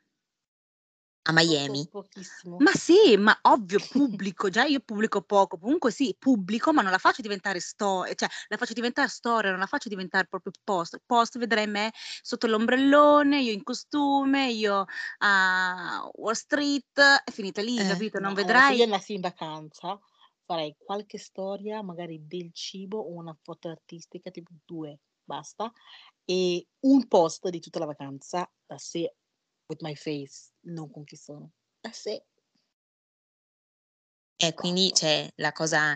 a Miami. Pochissimo. Ma sì, ma ovvio pubblico, già io pubblico poco, comunque sì, pubblico, ma non la faccio diventare storia, cioè la faccio diventare storia, non la faccio diventare proprio post. Post vedrai me sotto l'ombrellone, io in costume, io a Wall Street, è finita lì, capito? Non No, allora se io vedrai. andassi in vacanza farei qualche storia, magari del cibo o una foto artistica, tipo 2, basta, e un post di tutta la vacanza da sé, with my face, non con chi sono, da sé. E quindi Basta. c'è la cosa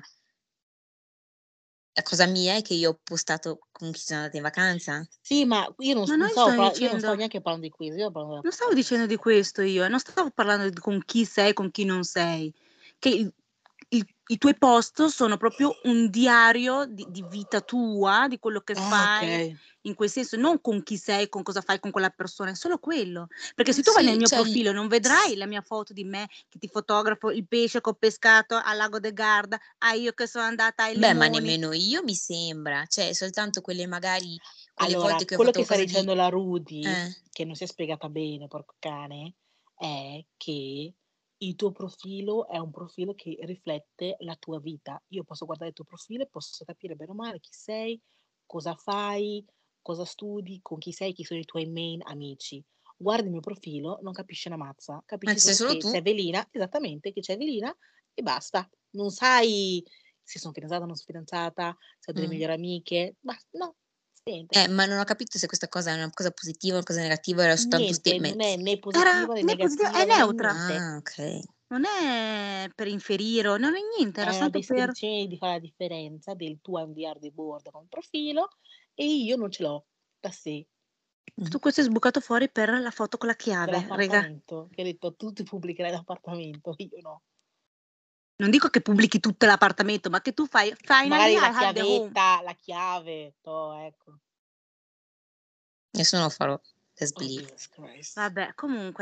mia è che io ho postato con chi sono andata in vacanza. Sì, ma io non, Ma non noi stavo, stavi io non stavo dicendo, neanche parlando di questo, io parlando non stavo dicendo di questo io, non stavo parlando di con chi sei, con chi non sei, che i tuoi post sono proprio un diario di vita tua, di quello che fai, ok. in quel senso, non con chi sei, con cosa fai con quella persona, è solo quello. Perché se tu vai nel Sì, mio cioè profilo non vedrai la mia foto di me che ti fotografo il pesce che ho pescato al lago de Garda, io che sono andata ai beh, ma limoni. nemmeno io mi sembra, cioè soltanto quelle magari quelle Allora, volte che ho quello fatto che sta qualcosa di dicendo la Rudy, eh. che non si è spiegata bene, porco cane, è che il tuo profilo è un profilo che riflette la tua vita. Io posso guardare il tuo profilo e posso capire bene o male chi sei, cosa fai, cosa studi, con chi sei, chi sono i tuoi main amici. Guardi il mio profilo, non capisci una mazza, capisci Sei solo solo che tu? c'è Evelina, esattamente, che c'è Evelina e basta. Non sai se sono fidanzata o non sono fidanzata, se ho delle migliori amiche, no, niente. Ma non ho capito se questa cosa è una cosa positiva o una cosa negativa, era soltanto un Niente, non è statement. né positiva né Né positiva, è negativa, non è neutra. niente. Okay. Non è per infierire, non è niente, era È una soltanto per. descrizione di fare la differenza del tu hai un diario di bordo con profilo e io non ce l'ho da sé, Tu questo è sbucato fuori per la foto con la chiave, rega. dell'appartamento, che ho detto tu ti pubblicherai l'appartamento, io no. Non dico che pubblichi tutto l'appartamento, ma che tu fai finally Magari I la have the home. chiavetta, la chiave, ecco. Adesso non lo farò, let's Oh, believe. Jesus Christ. Vabbè, comunque.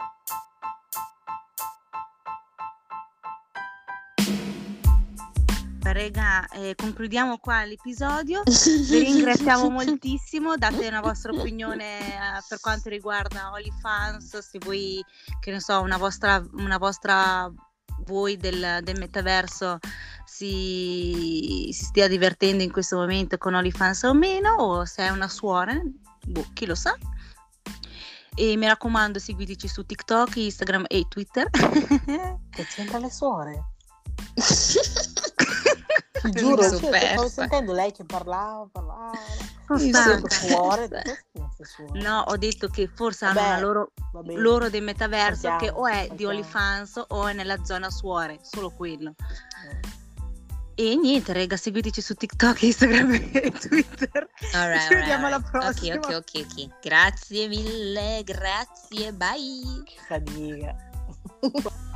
Rega, concludiamo qua l'episodio. Vi ringraziamo moltissimo. Date una vostra opinione per quanto riguarda OnlyFans, se voi, che ne so, una vostra voi del metaverso si stia divertendo in questo momento con OnlyFans o meno, o se è una suora, chi lo sa. E mi raccomando, seguiteci su TikTok, Instagram e Twitter. Che c'entra le suore? Ti giuro, Mi son stavo persa. sentendo lei che parlava. Sono Mi son stanca. Suore, persa. tutto metaverso suore. No, ho detto che forse hanno Vabbè, una loro, va bene. loro del metaverso che Saltiamo, o è di saltiamo. OnlyFans o è nella zona suore, solo quello. Eh. E niente, rega, seguiteci su TikTok, Instagram e Twitter. Alright, Ci vediamo alla alright. prossima. Ok. Grazie mille, grazie, bye. Che fatica.